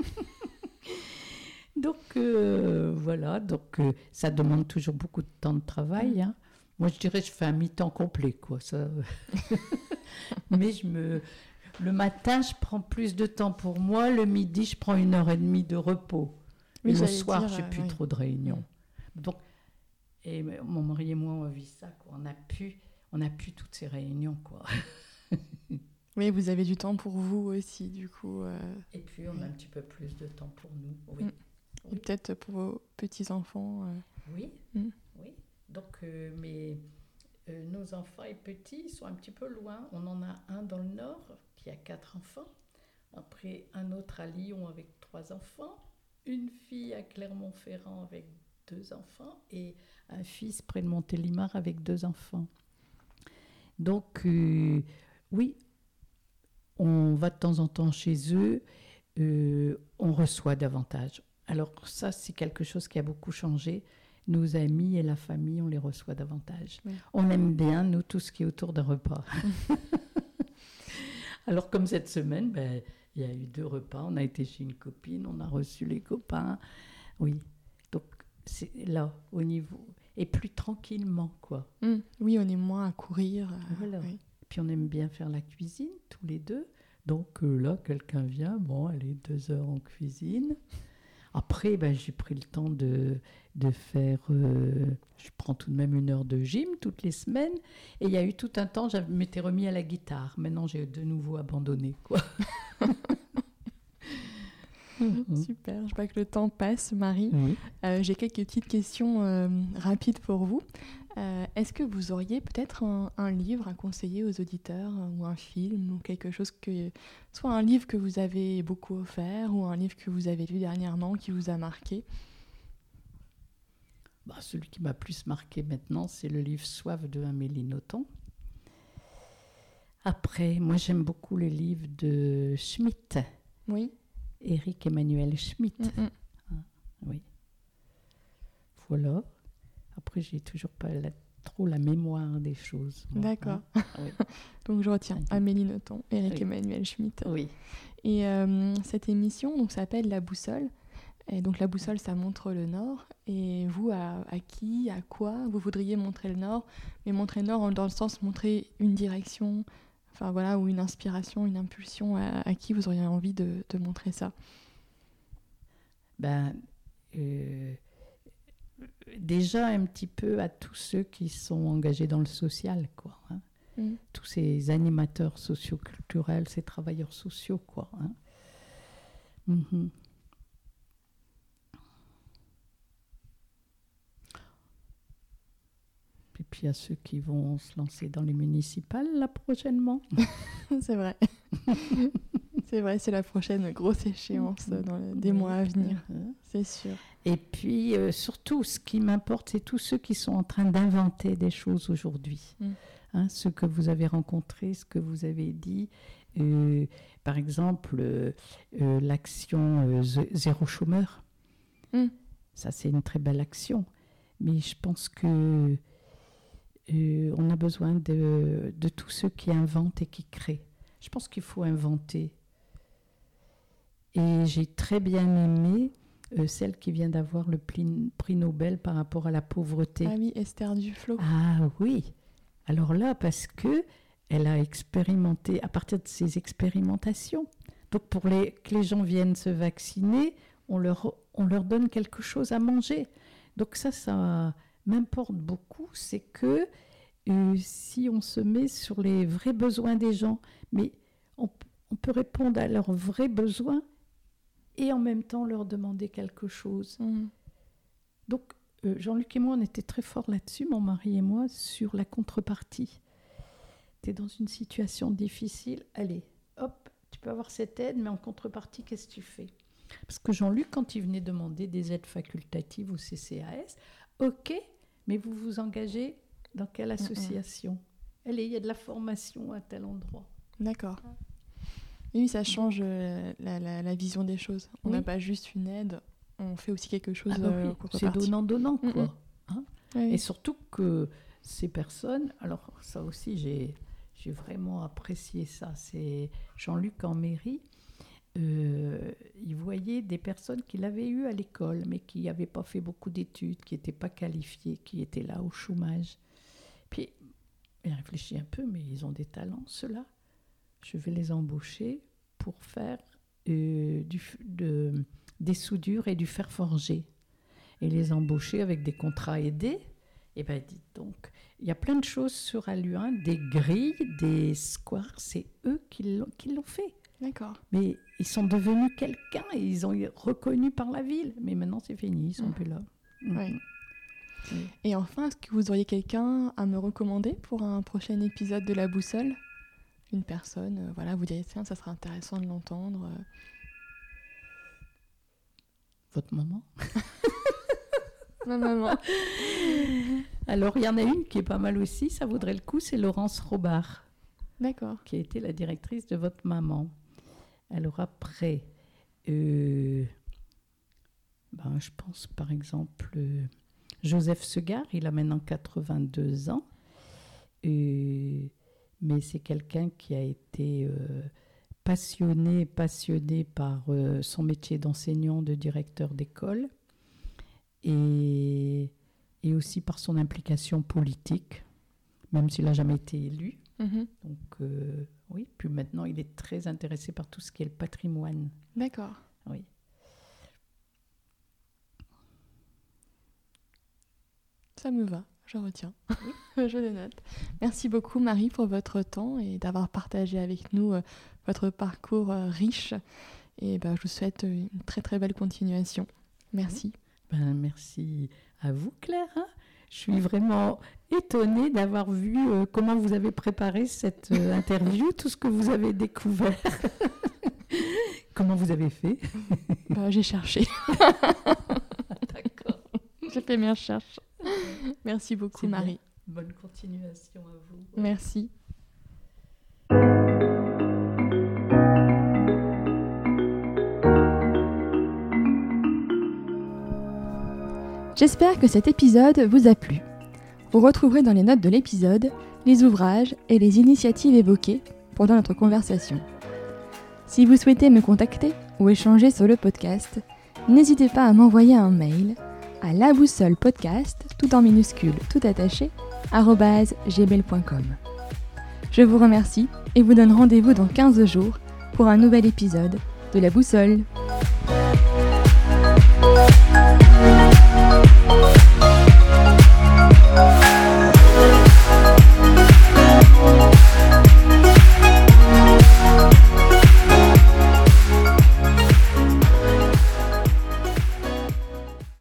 Donc, euh, voilà. Donc, euh, ça demande toujours beaucoup de temps de travail, hein. Moi, je dirais que je fais un mi-temps complet, quoi. Ça. Mais je me... le matin, je prends plus de temps pour moi. Le midi, je prends une heure et demie de repos. Oui, et le j'allais soir, dire, je n'ai euh, plus oui. trop de réunions. Donc, et mon mari et moi, on a vu ça, quoi. On a pu, on a pu toutes ces réunions, quoi. Oui, vous avez du temps pour vous aussi, du coup. euh, Et puis, on a un petit peu plus de temps pour nous. Oui, Mm. Et oui, peut-être pour vos petits-enfants. euh. oui. Mm. oui. Donc, euh, mais euh, nos enfants et petits, ils sont un petit peu loin. On en a un dans le nord qui a quatre enfants. Après, un autre à Lyon avec trois enfants. Une fille à Clermont-Ferrand avec deux enfants. Et un fils près de Montélimar avec deux enfants. Donc, euh, oui, on va de temps en temps chez eux, euh, on reçoit davantage. Alors ça, c'est quelque chose qui a beaucoup changé. Nos amis et la famille, on les reçoit davantage. Oui. On aime bien, nous, tout ce qui est autour d'un repas. Alors comme cette semaine, ben, il y a eu deux repas. On a été chez une copine, on a reçu les copains. Oui, donc c'est là, au niveau... Et plus tranquillement, quoi. Mm. Oui, on est moins à courir. euh, Voilà. oui. Puis on aime bien faire la cuisine, tous les deux. Donc euh, là, quelqu'un vient, bon, allez, deux heures en cuisine. Après, ben, j'ai pris le temps de, de faire... euh, je prends tout de même une heure de gym toutes les semaines. Et il y a eu tout un temps, je m'étais remis à la guitare. Maintenant, j'ai de nouveau abandonné, quoi. Super, je vois que le temps passe, Marie. Oui. Euh, j'ai quelques petites questions euh, rapides pour vous. Euh, est-ce que vous auriez peut-être un, un livre à conseiller aux auditeurs, euh, ou un film, ou quelque chose que... Soit un livre que vous avez beaucoup offert, ou un livre que vous avez lu dernièrement qui vous a marqué. Bah, celui qui m'a plus marqué maintenant, c'est le livre Soif de Amélie Nothomb. Après, moi j'aime beaucoup les livres de Schmitt, Oui. Éric Emmanuel Schmitt. Mm, mm. Oui. Voilà. Après, j'ai toujours pas la- trop la mémoire des choses. moi, D'accord. hein. Oui. Donc je retiens Ok. Amélie Nothomb, Éric Oui. Emmanuel Schmitt. Oui. Et euh, cette émission donc, s'appelle La Boussole. Et donc la boussole, ça montre le nord. Et vous, à, à qui, à quoi vous voudriez montrer le nord? Mais montrer le nord dans le sens montrer une direction, enfin voilà, ou une inspiration, une impulsion. À, à qui vous auriez envie de, de montrer ça? Ben, euh, déjà un petit peu à tous ceux qui sont engagés dans le social, quoi. Hein. Mm. Tous ces animateurs socioculturels, ces travailleurs sociaux, quoi. Hein. Mhm. Et puis à ceux qui vont se lancer dans les municipales là prochainement. C'est vrai. C'est vrai, c'est la prochaine grosse échéance dans les, des Oui. mois à venir, Mhm. c'est sûr. Et puis euh, surtout, ce qui m'importe, c'est tous ceux qui sont en train d'inventer des choses aujourd'hui. Mm. Hein, ceux que vous avez rencontrés, ce que vous avez dit. Euh, par exemple, euh, euh, l'action euh, z- Zéro chômeur. Mm. Ça, c'est une très belle action. Mais je pense que euh, on a besoin de, de tous ceux qui inventent et qui créent. Je pense qu'il faut inventer. Et j'ai très bien aimé euh, celle qui vient d'avoir le pli- prix Nobel par rapport à la pauvreté. Ah oui, Esther Duflo. Ah oui. Alors là, parce que elle a expérimenté à partir de ses expérimentations. Donc pour les, que les gens viennent se vacciner, on leur, on leur donne quelque chose à manger. Donc ça, ça m'importe beaucoup. C'est que euh, si on se met sur les vrais besoins des gens, mais on, on peut répondre à leurs vrais besoins et en même temps leur demander quelque chose. Mm. Donc, euh, Jean-Luc et moi, on était très forts là-dessus, mon mari et moi, sur la contrepartie. tu es dans une situation difficile, allez, hop, tu peux avoir cette aide, mais en contrepartie, qu'est-ce que tu fais ? Parce que Jean-Luc, quand il venait demander des aides facultatives au C C A S, ok, mais vous vous engagez dans quelle association ? Mm-hmm. Allez, il y a de la formation à tel endroit. D'accord. Oui, ça change euh, la, la, la vision des choses. On n'a oui. pas juste une aide, on fait aussi quelque chose ah bah oui, euh, c'est donnant-donnant, quoi. Mm-hmm. Hein oui. Et surtout que ces personnes, alors ça aussi, j'ai, j'ai vraiment apprécié ça, c'est Jean-Luc en mairie, euh, il voyait des personnes qu'il avait eues à l'école, mais qui n'avaient pas fait beaucoup d'études, qui n'étaient pas qualifiées, qui étaient là au chômage. Puis, il réfléchit un peu, mais ils ont des talents, ceux-là. Je vais les embaucher pour faire euh, du, de, des soudures et du fer forgé. Et les embaucher avec des contrats aidés. Et bien, dites donc, il y a plein de choses sur Halluin, des grilles, des squares, c'est eux qui l'ont, qui l'ont fait. D'accord. Mais ils sont devenus quelqu'un et ils ont été reconnus par la ville. Mais maintenant, c'est fini, ils ne sont mmh. plus là. Mmh. Oui. Mmh. Et enfin, est-ce que vous auriez quelqu'un à me recommander pour un prochain épisode de La Boussole ? Une personne, euh, voilà, vous direz, tiens, ça serait intéressant de l'entendre. Euh... Votre maman ? Ma maman. Alors, il y en a une qui est pas mal aussi, ça vaudrait le coup, c'est Laurence Robard. D'accord. Qui a été la directrice de votre maman. Alors après, euh, ben, je pense par exemple euh, Joseph Segar, il a maintenant quatre-vingt-deux ans, euh, mais c'est quelqu'un qui a été euh, passionné, passionné par euh, son métier d'enseignant, de directeur d'école, et, et aussi par son implication politique, même s'il n'a jamais été élu. Mmh. Donc, euh, oui, puis maintenant, il est très intéressé par tout ce qui est le patrimoine. D'accord. Oui. Ça me va, je retiens. Oui. Je le note. Merci beaucoup, Marie, pour votre temps et d'avoir partagé avec nous euh, votre parcours euh, riche. Et ben, je vous souhaite une très, très belle continuation. Merci. Ben, merci à vous, Claire. Hein. Je suis vraiment étonnée d'avoir vu euh, comment vous avez préparé cette euh, interview, tout ce que vous avez découvert. Comment vous avez fait ? bah, J'ai cherché. D'accord. J'ai fait mes recherches. Merci beaucoup, c'est Marie. Bien. Bonne continuation à vous. Merci. J'espère que cet épisode vous a plu. Vous retrouverez dans les notes de l'épisode les ouvrages et les initiatives évoquées pendant notre conversation. Si vous souhaitez me contacter ou échanger sur le podcast, n'hésitez pas à m'envoyer un mail à laboussolepodcast, tout en minuscules, tout attaché, arobase gmail point com. Je vous remercie et vous donne rendez-vous dans quinze jours pour un nouvel épisode de La Boussole.